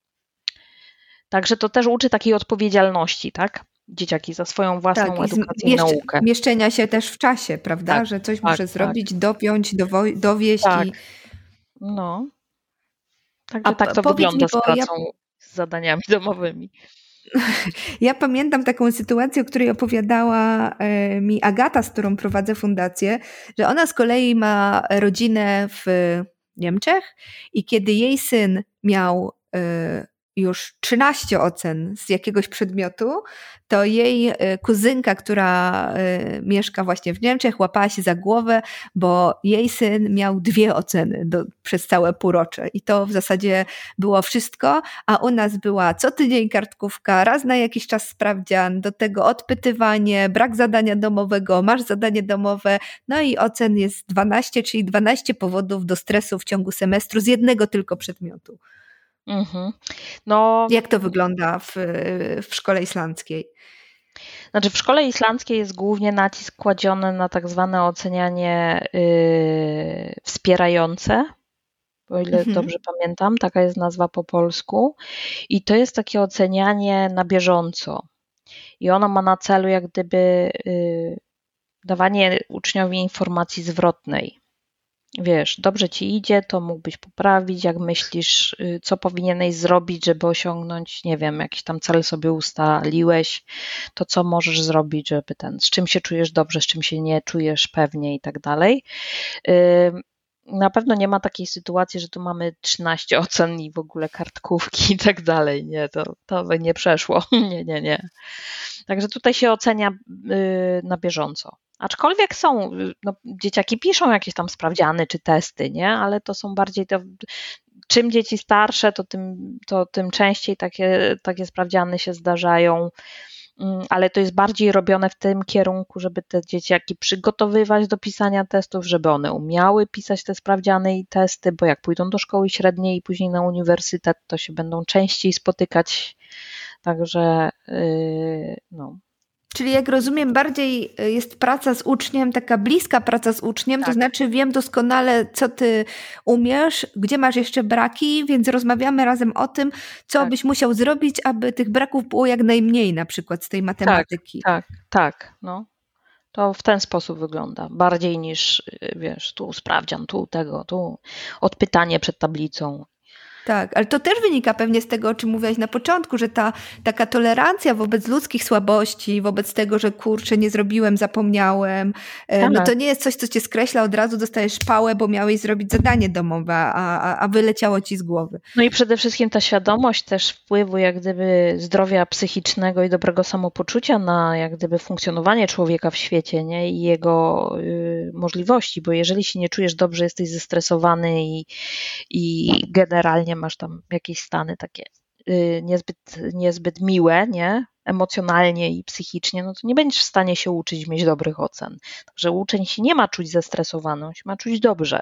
Także to też uczy takiej odpowiedzialności, tak? Dzieciaki za swoją własną tak, edukację i naukę. Mieszczenia się też w czasie, prawda? Tak, że coś tak, muszę tak. zrobić, dopiąć, dowo- dowieść. Tak. I... No. Także A tak to wygląda mi, z pracą, ja... z zadaniami domowymi. Ja pamiętam taką sytuację, o której opowiadała mi Agata, z którą prowadzę fundację, że ona z kolei ma rodzinę w Niemczech i kiedy jej syn miał już trzynaście ocen z jakiegoś przedmiotu, to jej kuzynka, która mieszka właśnie w Niemczech, łapała się za głowę, bo jej syn miał dwie oceny do, przez całe półrocze i to w zasadzie było wszystko, a u nas była co tydzień kartkówka, raz na jakiś czas sprawdzian, do tego odpytywanie, brak zadania domowego, masz zadanie domowe, no i ocen jest dwanaście, czyli dwanaście powodów do stresu w ciągu semestru z jednego tylko przedmiotu. Mhm. No, jak to wygląda w, w szkole islandzkiej? Znaczy w szkole islandzkiej jest głównie nacisk kładziony na tak zwane ocenianie yy, wspierające, o ile mhm. dobrze pamiętam, taka jest nazwa po polsku. I to jest takie ocenianie na bieżąco. I ono ma na celu jak gdyby yy, dawanie uczniowi informacji zwrotnej. Wiesz, dobrze ci idzie, to mógłbyś poprawić, jak myślisz, co powinieneś zrobić, żeby osiągnąć, nie wiem, jakiś tam cel sobie ustaliłeś, to co możesz zrobić, żeby ten, z czym się czujesz dobrze, z czym się nie czujesz pewnie i tak dalej. Na pewno nie ma takiej sytuacji, że tu mamy trzynaście ocen i w ogóle kartkówki i tak dalej. Nie, to, to by nie przeszło. Nie, nie, nie. Także tutaj się ocenia na bieżąco. Aczkolwiek są, no, dzieciaki piszą jakieś tam sprawdziany czy testy, nie? Ale to są bardziej, to, czym dzieci starsze, to tym, to tym częściej takie, takie sprawdziany się zdarzają, ale to jest bardziej robione w tym kierunku, żeby te dzieciaki przygotowywać do pisania testów, żeby one umiały pisać te sprawdziany i testy, bo jak pójdą do szkoły średniej i później na uniwersytet, to się będą częściej spotykać, także yy, no. Czyli jak rozumiem, bardziej jest praca z uczniem, taka bliska praca z uczniem, tak. To znaczy wiem doskonale, co ty umiesz, gdzie masz jeszcze braki, więc rozmawiamy razem o tym, co tak. byś musiał zrobić, aby tych braków było jak najmniej, na przykład z tej matematyki. Tak, tak, tak. No. To w ten sposób wygląda. Bardziej niż, wiesz, tu sprawdzian, tu tego, tu odpytanie przed tablicą Tak, ale to też wynika pewnie z tego, o czym mówiłaś na początku, że ta taka tolerancja wobec ludzkich słabości, wobec tego, że kurczę, nie zrobiłem, zapomniałem, tak. No to nie jest coś, co cię skreśla, od razu dostajesz pałę, bo miałeś zrobić zadanie domowe, a, a, a wyleciało ci z głowy. No i przede wszystkim ta świadomość też wpływu jak gdyby zdrowia psychicznego i dobrego samopoczucia na jak gdyby funkcjonowanie człowieka w świecie, nie? I jego y, możliwości, bo jeżeli się nie czujesz dobrze, jesteś zestresowany i, i generalnie masz tam jakieś stany takie y, niezbyt, niezbyt miłe, nie? Emocjonalnie i psychicznie, no to nie będziesz w stanie się uczyć mieć dobrych ocen. Także uczeń się nie ma czuć zestresowany, on się ma czuć dobrze.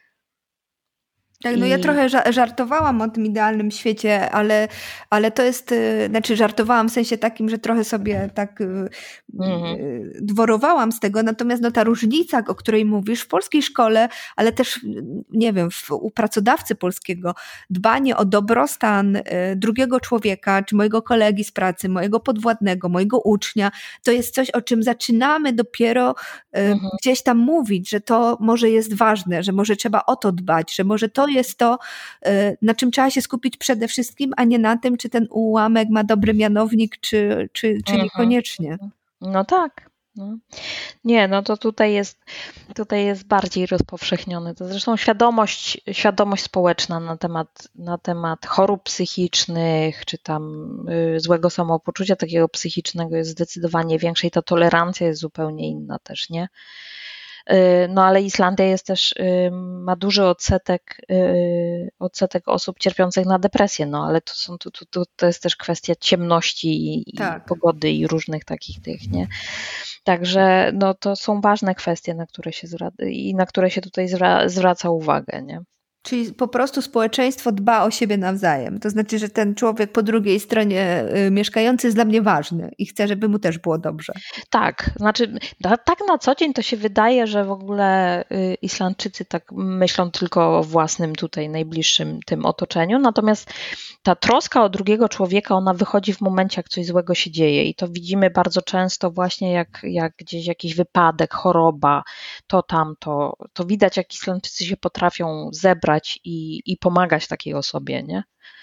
Tak, no I... ja trochę żartowałam o tym idealnym świecie, ale, ale to jest, znaczy żartowałam w sensie takim, że trochę sobie tak mm. dworowałam z tego, natomiast no ta różnica, o której mówisz, w polskiej szkole, ale też, nie wiem, w, u pracodawcy polskiego, dbanie o dobrostan drugiego człowieka, czy mojego kolegi z pracy, mojego podwładnego, mojego ucznia, to jest coś, o czym zaczynamy dopiero mhm. gdzieś tam mówić, że to może jest ważne, że może trzeba o to dbać, że może to jest to, na czym trzeba się skupić przede wszystkim, a nie na tym, czy ten ułamek ma dobry mianownik, czy, czy, czy niekoniecznie. No tak. No. Nie, no to tutaj jest, tutaj jest bardziej rozpowszechnione. To zresztą świadomość, świadomość społeczna na temat, na temat chorób psychicznych, czy tam y, złego samopoczucia takiego psychicznego jest zdecydowanie większa i ta tolerancja jest zupełnie inna też, nie? No ale Islandia jest też, ma duży odsetek, odsetek osób cierpiących na depresję, no ale to, są, to, to, to jest też kwestia ciemności i, tak. i pogody i różnych takich tych, nie? Także no to są ważne kwestie, na które się zwraca, i na które się tutaj zwraca uwagę, nie? Czyli po prostu społeczeństwo dba o siebie nawzajem. To znaczy, że ten człowiek po drugiej stronie y, mieszkający jest dla mnie ważny i chcę, żeby mu też było dobrze. Tak, znaczy tak na co dzień to się wydaje, że w ogóle y, Islandczycy tak myślą tylko o własnym tutaj najbliższym tym otoczeniu, natomiast ta troska o drugiego człowieka, ona wychodzi w momencie, jak coś złego się dzieje i to widzimy bardzo często właśnie jak, jak gdzieś jakiś wypadek, choroba, to tamto, to widać jak Islandczycy się potrafią zebrać I, i pomagać takiej osobie, nie?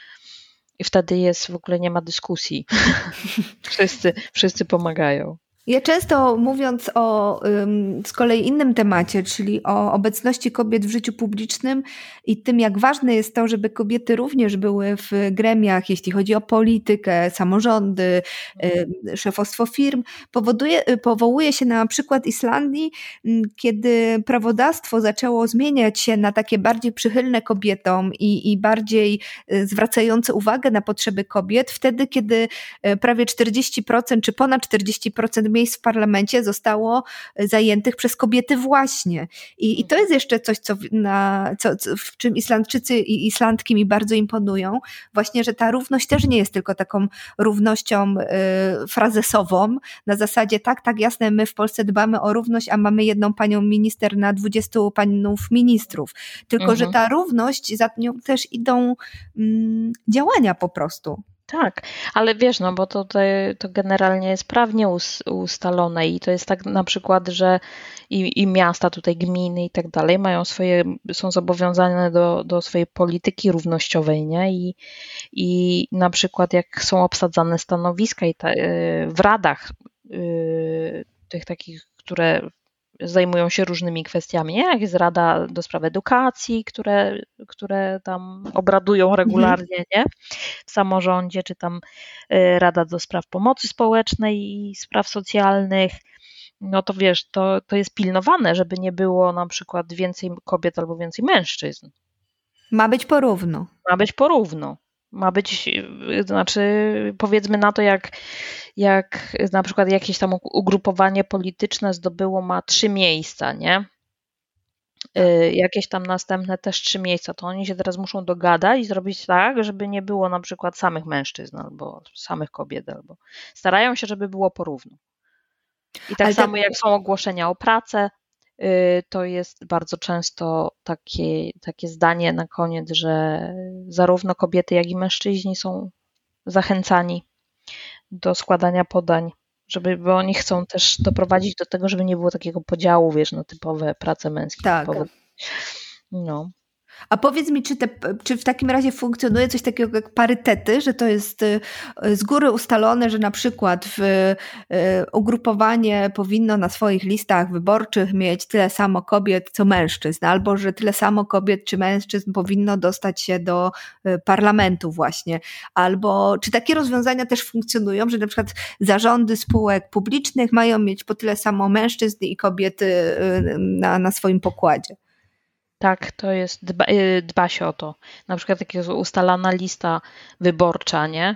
I wtedy jest, w ogóle nie ma dyskusji. wszyscy, wszyscy pomagają. Ja często mówiąc o ym, z kolei innym temacie, czyli o obecności kobiet w życiu publicznym i tym, jak ważne jest to, żeby kobiety również były w gremiach, jeśli chodzi o politykę, samorządy, y, szefostwo firm, powoduje, powołuje się na przykład Islandii, y, kiedy prawodawstwo zaczęło zmieniać się na takie bardziej przychylne kobietom i, i bardziej y, zwracające uwagę na potrzeby kobiet, wtedy kiedy y, prawie czterdzieści procent czy ponad czterdzieści procent miejsc w parlamencie zostało zajętych przez kobiety właśnie. I, i to jest jeszcze coś, co, na, co, co w czym Islandczycy i Islandki mi bardzo imponują. Właśnie, że ta równość też nie jest tylko taką równością y, frazesową, na zasadzie tak, tak, jasne, my w Polsce dbamy o równość, a mamy jedną panią minister na dwudziestu panów ministrów. Tylko, mhm. że ta równość, za nią też idą mm, działania po prostu. Tak, ale wiesz, no bo to, to, to generalnie jest prawnie us, ustalone i to jest tak na przykład, że i, i miasta tutaj, gminy i tak dalej mają swoje, są zobowiązane do, do swojej polityki równościowej, nie? I, i na przykład jak są obsadzane stanowiska i ta, w radach yy, tych takich, które zajmują się różnymi kwestiami, nie? Jak jest Rada do Spraw Edukacji, które, które tam obradują regularnie, nie? W samorządzie, czy tam Rada do Spraw Pomocy Społecznej i Spraw Socjalnych, no to wiesz, to, to jest pilnowane, żeby nie było na przykład więcej kobiet albo więcej mężczyzn. Ma być porówno. Ma być porówno. Ma być, znaczy powiedzmy na to, jak, jak na przykład jakieś tam ugrupowanie polityczne zdobyło, ma trzy miejsca, nie? Y, jakieś tam następne też trzy miejsca, to oni się teraz muszą dogadać i zrobić tak, żeby nie było na przykład samych mężczyzn albo samych kobiet, albo starają się, żeby było porówno. I tak Ale samo tak... jak są ogłoszenia o pracę, to jest bardzo często takie, takie zdanie na koniec, że zarówno kobiety, jak i mężczyźni są zachęcani do składania podań, żeby, bo oni chcą też doprowadzić do tego, żeby nie było takiego podziału, wiesz, na typowe prace męskie. Tak. Typowe. No. A powiedz mi, czy, te, czy w takim razie funkcjonuje coś takiego jak parytety, że to jest z góry ustalone, że na przykład w ugrupowanie powinno na swoich listach wyborczych mieć tyle samo kobiet, co mężczyzn, albo że tyle samo kobiet czy mężczyzn powinno dostać się do parlamentu właśnie, albo czy takie rozwiązania też funkcjonują, że na przykład zarządy spółek publicznych mają mieć po tyle samo mężczyzn i kobiety na, na swoim pokładzie. Tak, to jest, dba, dba się o to. Na przykład jak jest ustalana lista wyborcza, nie?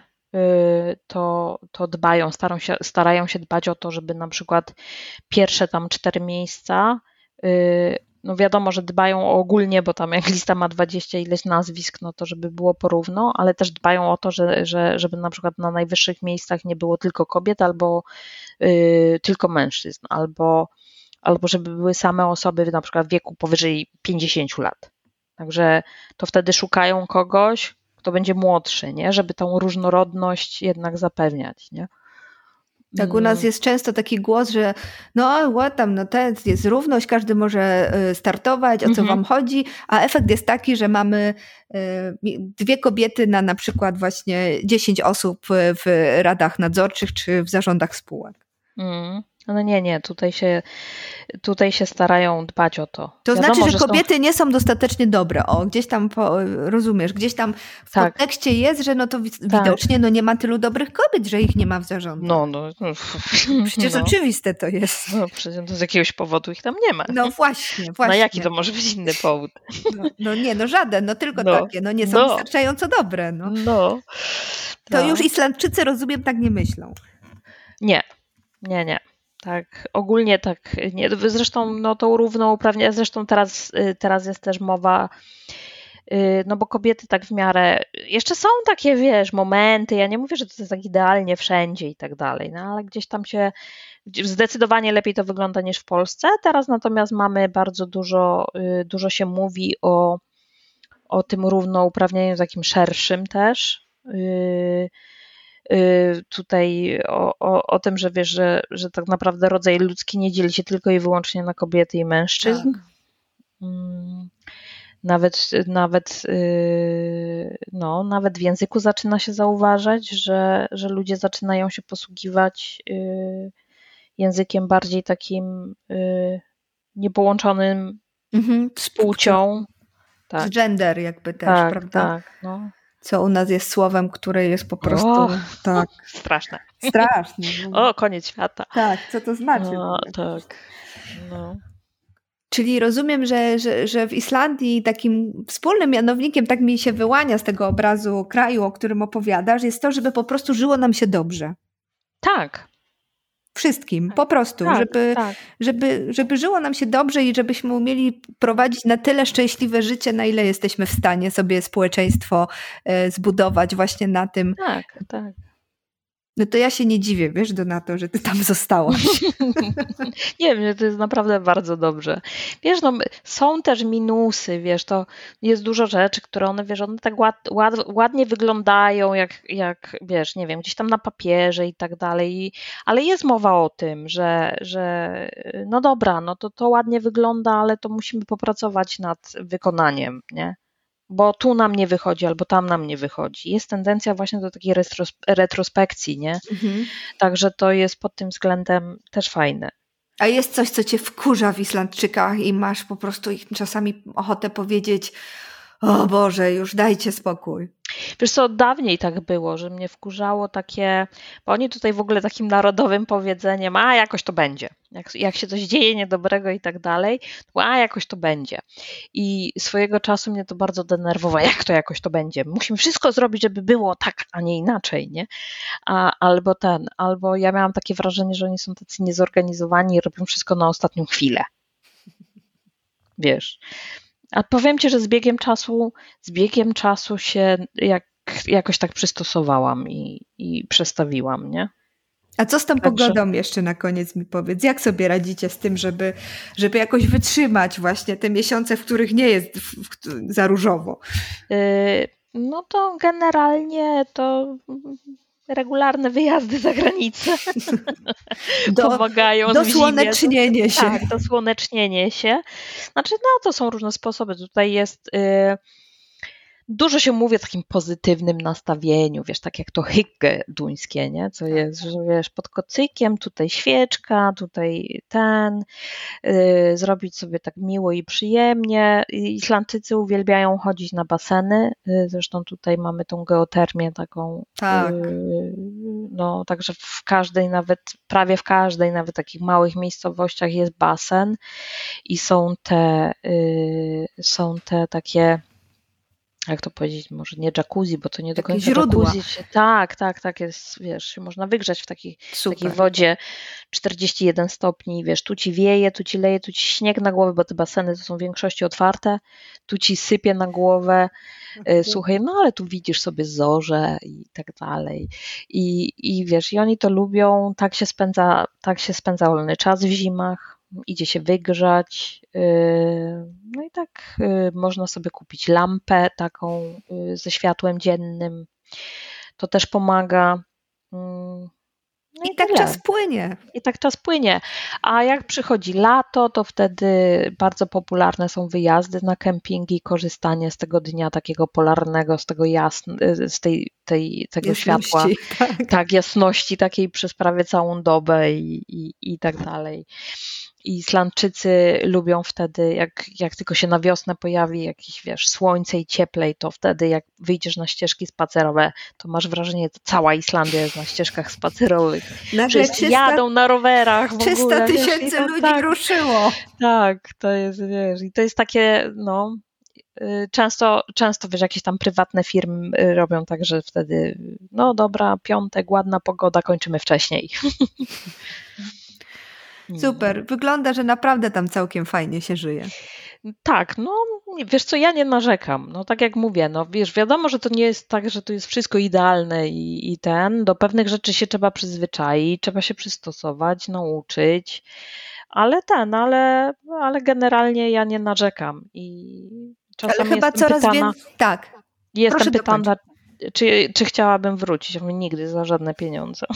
To, to dbają, starają się, starają się dbać o to, żeby na przykład pierwsze tam cztery miejsca, no wiadomo, że dbają ogólnie, bo tam jak lista ma dwadzieścia ileś nazwisk, no to żeby było porówno, ale też dbają o to, że, że, żeby na przykład na najwyższych miejscach nie było tylko kobiet albo y, tylko mężczyzn, albo albo żeby były same osoby na przykład w wieku powyżej pięćdziesięciu lat. Także to wtedy szukają kogoś, kto będzie młodszy, nie? Żeby tą różnorodność jednak zapewniać, nie? Tak, u nas jest często taki głos, że no what tam, no to jest równość, każdy może startować, o co mhm. wam chodzi, a efekt jest taki, że mamy dwie kobiety na na przykład właśnie dziesięć osób w radach nadzorczych czy w zarządach spółek. Mm. No nie, nie, tutaj się, tutaj się starają dbać o to. To Wiadomo, znaczy, że, że kobiety są... nie są dostatecznie dobre. O, gdzieś tam, po, rozumiesz, gdzieś tam w tak. kontekście jest, że no to widocznie tak. no nie ma tylu dobrych kobiet, że ich nie ma w zarządzie. No, no. no przecież no. oczywiste to jest. No przecież z jakiegoś powodu ich tam nie ma. No właśnie, właśnie. Na jaki to może być inny powód? No, no nie, no żaden, no tylko no. takie, no nie są no. wystarczająco dobre. No. no. To no. już Islandczycy, rozumiem, tak nie myślą. Nie, nie, nie. Tak, ogólnie tak, nie, zresztą no to równouprawnienie, zresztą teraz, teraz jest też mowa, no bo kobiety tak w miarę, jeszcze są takie, wiesz, momenty, ja nie mówię, że to jest tak idealnie wszędzie i tak dalej, no ale gdzieś tam się, zdecydowanie lepiej to wygląda niż w Polsce, teraz natomiast mamy bardzo dużo, dużo się mówi o, o tym równouprawnieniu takim szerszym też, tutaj o, o, o tym, że wiesz, że, że tak naprawdę rodzaj ludzki nie dzieli się tylko i wyłącznie na kobiety i mężczyzn. Tak. Nawet, nawet, no, nawet w języku zaczyna się zauważać, że, że ludzie zaczynają się posługiwać językiem bardziej takim niepołączonym mhm. z płcią. Tak. Z gender jakby też, tak, prawda? Tak, no. Co u nas jest słowem, które jest po prostu o, tak. straszne. Straszne. O, koniec świata. Tak, co to znaczy? No, tak. No. Czyli rozumiem, że, że, że w Islandii takim wspólnym mianownikiem, tak mi się wyłania z tego obrazu kraju, o którym opowiadasz, jest to, żeby po prostu żyło nam się dobrze. Tak. Wszystkim, po prostu, tak, żeby, tak. Żeby, żeby żyło nam się dobrze i żebyśmy umieli prowadzić na tyle szczęśliwe życie, na ile jesteśmy w stanie sobie społeczeństwo e, zbudować właśnie na tym. Tak, tak. No to ja się nie dziwię, wiesz, Donato, że ty tam zostałaś. Nie wiem, to jest naprawdę bardzo dobrze. Wiesz, no są też minusy, wiesz, to jest dużo rzeczy, które one, wiesz, one tak ład, ład, ładnie wyglądają, jak, jak, wiesz, nie wiem, gdzieś tam na papierze i tak dalej, ale jest mowa o tym, że, że no dobra, no to to ładnie wygląda, ale to musimy popracować nad wykonaniem, nie? Bo tu nam nie wychodzi, albo tam nam nie wychodzi. Jest tendencja właśnie do takiej retros- retrospekcji, nie? Mhm. Także to jest pod tym względem też fajne. A jest coś, co cię wkurza w Islandczykach i masz po prostu ich czasami ochotę powiedzieć: o Boże, już dajcie spokój. Wiesz co, dawniej tak było, że mnie wkurzało takie, bo oni tutaj w ogóle takim narodowym powiedzeniem, a jakoś to będzie, jak, jak się coś dzieje niedobrego i tak dalej, to a jakoś to będzie. I swojego czasu mnie to bardzo denerwowało, jak to jakoś to będzie. Musimy wszystko zrobić, żeby było tak, a nie inaczej, nie? A, albo ten, albo ja miałam takie wrażenie, że oni są tacy niezorganizowani i robią wszystko na ostatnią chwilę. Wiesz. A powiem ci, że z biegiem czasu, z biegiem czasu się jak, jakoś tak przystosowałam i, i przestawiłam, nie? A co z tą Także... pogodą jeszcze na koniec mi powiedz? Jak sobie radzicie z tym, żeby, żeby jakoś wytrzymać właśnie te miesiące, w których nie jest w, w, za różowo? Yy, no to generalnie to regularne wyjazdy za granicę Do, pomagają. dosłonecznienie się. Tak, dosłonecznienie się. Znaczy, no to są różne sposoby. Tutaj jest... Y, Dużo się mówi o takim pozytywnym nastawieniu, wiesz, tak jak to hygge duńskie, nie? Co jest, że wiesz, pod kocykiem, tutaj świeczka, tutaj ten, yy, zrobić sobie tak miło i przyjemnie. Islandczycy uwielbiają chodzić na baseny, yy, zresztą tutaj mamy tą geotermię taką, Tak. yy, no także w każdej nawet, prawie w każdej nawet takich małych miejscowościach jest basen i są te, yy, są te takie, jak to powiedzieć, może nie jacuzzi, bo to nie do Takie końca źródła. jacuzzi. Się, tak, tak, tak jest, wiesz, się można wygrzać w takiej, takiej wodzie czterdzieści jeden stopni, wiesz, tu ci wieje, tu ci leje, tu ci śnieg na głowę, bo te baseny to są w większości otwarte, tu ci sypie na głowę, okay. Słuchaj, no ale tu widzisz sobie zorze i tak dalej. I, i wiesz, i oni to lubią, tak się spędza, tak się spędza wolny czas w zimach. Idzie się wygrzać, no i tak można sobie kupić lampę taką ze światłem dziennym, to też pomaga. No i, I tak tyle. czas płynie. I tak czas płynie, a jak przychodzi lato, to wtedy bardzo popularne są wyjazdy na kempingi, korzystanie z tego dnia takiego polarnego, z tego jasn- z tej, tej, tego jasności, światła, tak. tak, jasności takiej przez prawie całą dobę i, i, i tak dalej. I Islandczycy lubią wtedy, jak, jak tylko się na wiosnę pojawi jakieś, wiesz, słońce i cieplej, to wtedy jak wyjdziesz na ścieżki spacerowe, to masz wrażenie, że cała Islandia jest na ścieżkach spacerowych. Wszyscy jadą na rowerach w ogóle. trzysta tysięcy ludzi tak, ruszyło. Tak, to jest, wiesz, i to jest takie, no... Często, często wiesz, jakieś tam prywatne firmy robią tak, że wtedy, no dobra, piątek, ładna pogoda, kończymy wcześniej. Super, wygląda, że naprawdę tam całkiem fajnie się żyje. Tak, no wiesz co, ja nie narzekam, no tak jak mówię, no wiesz, wiadomo, że to nie jest tak, że to jest wszystko idealne i, i ten, do pewnych rzeczy się trzeba przyzwyczaić, trzeba się przystosować, nauczyć, ale ten, ale, ale generalnie ja nie narzekam i czasem ale chyba coraz pytana, więcej, tak. Jestem pytana, czy, czy chciałabym wrócić, mówię, nigdy za żadne pieniądze.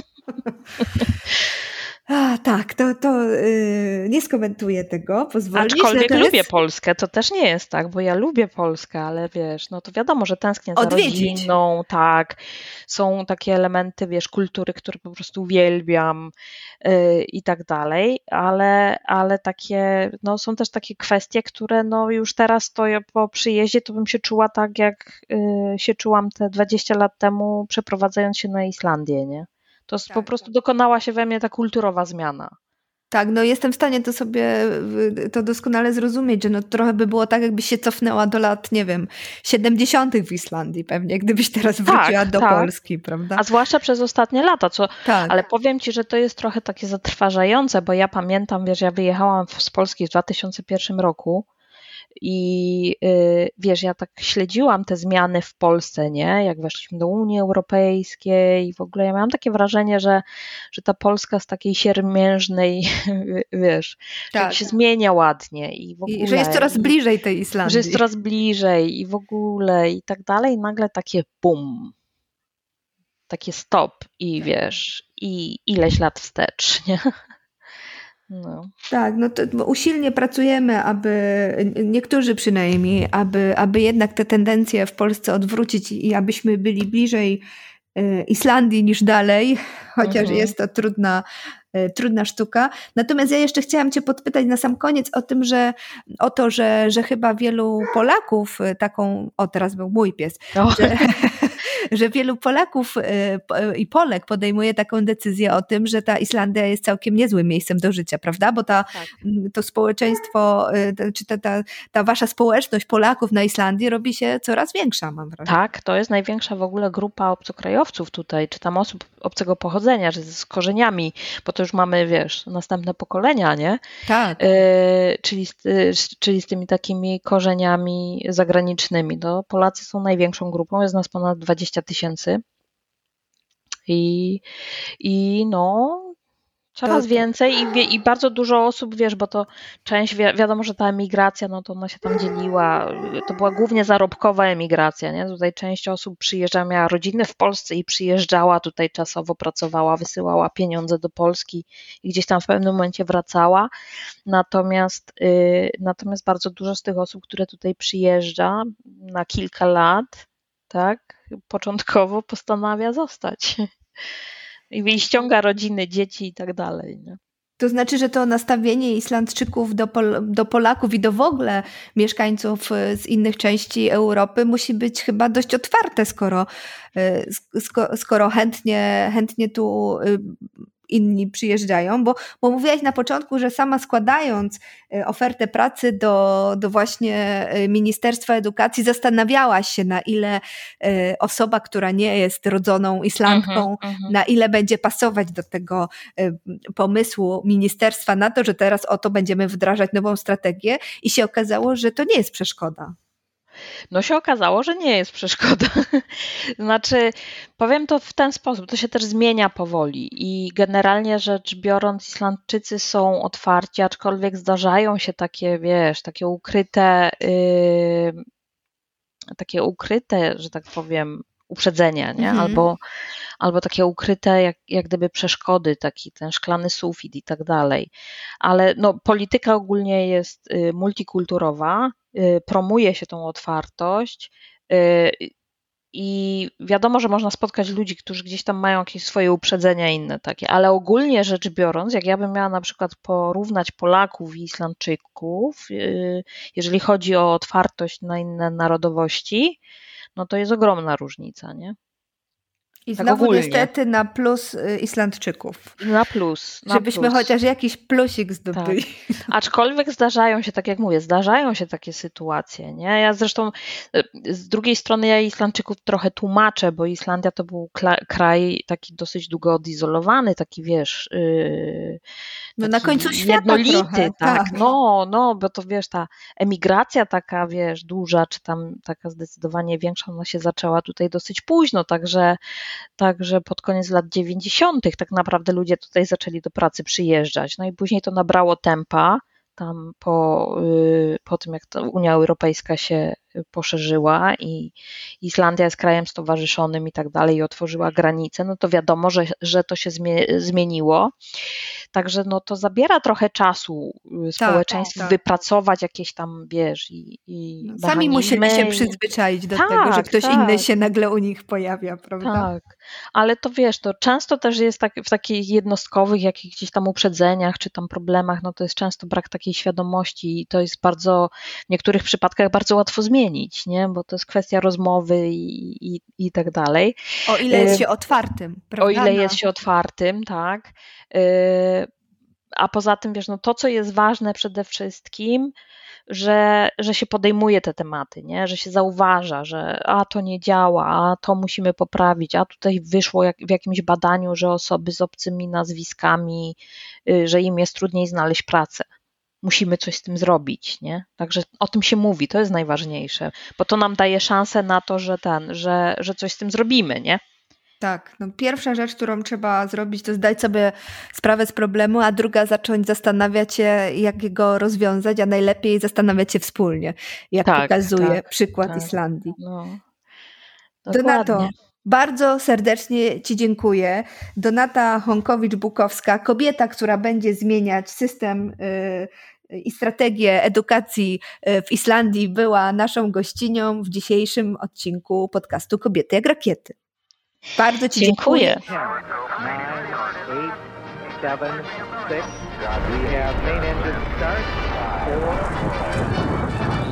A, tak, to, to yy, nie skomentuję tego, pozwolisz. Aczkolwiek natomiast... lubię Polskę, to też nie jest tak, bo ja lubię Polskę, ale wiesz, no to wiadomo, że tęsknię za Odwiedzić. rodziną, tak, są takie elementy, wiesz, kultury, które po prostu uwielbiam yy, i tak dalej, ale, ale takie, no są też takie kwestie, które no już teraz to ja po przyjeździe to bym się czuła tak, jak yy, się czułam te dwadzieścia lat temu, przeprowadzając się na Islandię, nie? To tak, po prostu tak. dokonała się we mnie ta kulturowa zmiana. Tak, no jestem w stanie to sobie to doskonale zrozumieć, że no trochę by było tak, jakbyś się cofnęła do lat, nie wiem, siedemdziesiątych w Islandii pewnie, gdybyś teraz wróciła tak, do tak. Polski, prawda? A zwłaszcza przez ostatnie lata, co, tak. ale powiem Ci, że to jest trochę takie zatrważające, bo ja pamiętam, wiesz, ja wyjechałam z Polski w dwa tysiące pierwszym roku i yy, wiesz, ja tak śledziłam te zmiany w Polsce, nie? Jak weszliśmy do Unii Europejskiej i w ogóle ja miałam takie wrażenie, że, że ta Polska z takiej siermiężnej, wiesz, tak. się zmienia ładnie i w ogóle. I że jest coraz bliżej tej Islandii. Że jest coraz bliżej i w ogóle i tak dalej i nagle takie bum, takie stop i wiesz, i ileś lat wstecz, nie? No. Tak, no to usilnie pracujemy, aby, niektórzy przynajmniej, aby, aby jednak te tendencje w Polsce odwrócić i abyśmy byli bliżej Islandii niż dalej, chociaż mhm. jest to trudna, trudna sztuka. Natomiast ja jeszcze chciałam Cię podpytać na sam koniec o tym, że o to, że, że chyba wielu Polaków taką, o teraz był mój pies, że, że wielu Polaków i Polek podejmuje taką decyzję o tym, że ta Islandia jest całkiem niezłym miejscem do życia, prawda? Bo ta, tak. to społeczeństwo, czy ta, ta, ta wasza społeczność Polaków na Islandii robi się coraz większa, mam wrażenie. Tak, to jest największa w ogóle grupa obcokrajowców tutaj, czy tam osób obcego pochodzenia, czy z korzeniami, bo to już mamy, wiesz, następne pokolenia, nie? Tak. Yy, czyli, czyli z tymi takimi korzeniami zagranicznymi. No, Polacy są największą grupą, jest nas ponad dwadzieścia tysięcy i, i no Coraz To- więcej i, wie, i bardzo dużo osób, wiesz, bo to część, wi- wiadomo, że ta emigracja, no to ona się tam dzieliła, to była głównie zarobkowa emigracja, nie? Tutaj część osób przyjeżdżała, miała rodziny w Polsce i przyjeżdżała tutaj czasowo, pracowała, wysyłała pieniądze do Polski i gdzieś tam w pewnym momencie wracała. Natomiast, y, natomiast bardzo dużo z tych osób, które tutaj przyjeżdża na kilka lat, tak, początkowo postanawia zostać. I i ściąga rodziny, dzieci i tak dalej. Nie? To znaczy, że to nastawienie Islandczyków do, Pol- do Polaków i do w ogóle mieszkańców y, z innych części Europy musi być chyba dość otwarte, skoro, y, sko- skoro chętnie, chętnie tu y, inni przyjeżdżają, bo, bo mówiłaś na początku, że sama składając y, ofertę pracy do, do właśnie y, Ministerstwa Edukacji zastanawiałaś się, na ile y, osoba, która nie jest rodzoną Islandką, Mhm, mhm. na ile będzie pasować do tego y, pomysłu ministerstwa na to, że teraz oto będziemy wdrażać nową strategię i się okazało, że to nie jest przeszkoda. No się okazało, że nie jest przeszkoda. Znaczy, powiem to w ten sposób, to się też zmienia powoli i generalnie rzecz biorąc Islandczycy są otwarci, aczkolwiek zdarzają się takie, wiesz, takie ukryte, yy, takie ukryte, że tak powiem, uprzedzenia, nie? Mhm. Albo, albo takie ukryte jak, jak gdyby przeszkody, taki ten szklany sufit i tak dalej. Ale no, polityka ogólnie jest y, multikulturowa, y, promuje się tą otwartość y, i wiadomo, że można spotkać ludzi, którzy gdzieś tam mają jakieś swoje uprzedzenia inne takie, ale ogólnie rzecz biorąc, jak ja bym miała na przykład porównać Polaków i Islandczyków, y, jeżeli chodzi o otwartość na inne narodowości, no to jest ogromna różnica, nie? I Tak znowu ogólnie. niestety na plus y, Islandczyków. Na plus. Na Żebyśmy plus. chociaż jakiś plusik zdobyli. Aczkolwiek zdarzają się, tak jak mówię, zdarzają się takie sytuacje, nie? Ja zresztą e, z drugiej strony ja Islandczyków trochę tłumaczę, bo Islandia to był kla- kraj taki dosyć długo odizolowany, taki wiesz, yy, No taki na końcu świata jednolity, trochę, tak, tak. no, no, bo to wiesz, ta emigracja taka, wiesz, duża, czy tam taka zdecydowanie większa, ona się zaczęła tutaj dosyć późno, także Także pod koniec lat dziewięćdziesiątych tak naprawdę ludzie tutaj zaczęli do pracy przyjeżdżać. No i później to nabrało tempa, tam po, y, po tym jak ta Unia Europejska się poszerzyła i Islandia jest krajem stowarzyszonym i tak dalej i otworzyła granice, no to wiadomo, że, że to się zmie- zmieniło. Także no to zabiera trochę czasu y, społeczeństwu tak. wypracować jakieś tam, wiesz, i, i No, sami musieli mechanizmy się i- przyzwyczaić do Tak, tego, że ktoś tak. inny się nagle u nich pojawia, prawda? Tak, ale to wiesz, to często też jest tak, w takich jednostkowych jakichś gdzieś tam uprzedzeniach czy tam problemach, no to jest często brak takiej świadomości i to jest bardzo, w niektórych przypadkach bardzo łatwo zmienić, nie? Bo to jest kwestia rozmowy i, i, i tak dalej. O ile jest Y, się otwartym, prawda? O ile Na- jest się otwartym, tak. Y, A poza tym, wiesz, no to, co jest ważne przede wszystkim, że, że się podejmuje te tematy, nie? Że się zauważa, że a to nie działa, a to musimy poprawić, a tutaj wyszło jak, w jakimś badaniu, że osoby z obcymi nazwiskami, y, że im jest trudniej znaleźć pracę. Musimy coś z tym zrobić, nie? Także o tym się mówi, to jest najważniejsze, bo to nam daje szansę na to, że ten, że, że coś z tym zrobimy, nie? Tak, no pierwsza rzecz, którą trzeba zrobić, to zdać sobie sprawę z problemu, a druga zacząć zastanawiać się, jak go rozwiązać, a najlepiej zastanawiać się wspólnie, jak Tak, pokazuje tak, przykład tak. Islandii. No, Donato, dokładnie. bardzo serdecznie Ci dziękuję. Donata Honkowicz-Bukowska, kobieta, która będzie zmieniać system y, i strategię edukacji y, w Islandii, była naszą gościnią w dzisiejszym odcinku podcastu Kobiety jak rakiety. Bardzo Ci dziękuję. Dziękuję. ten, nine, eight, seven, six. We have main engine start. Four,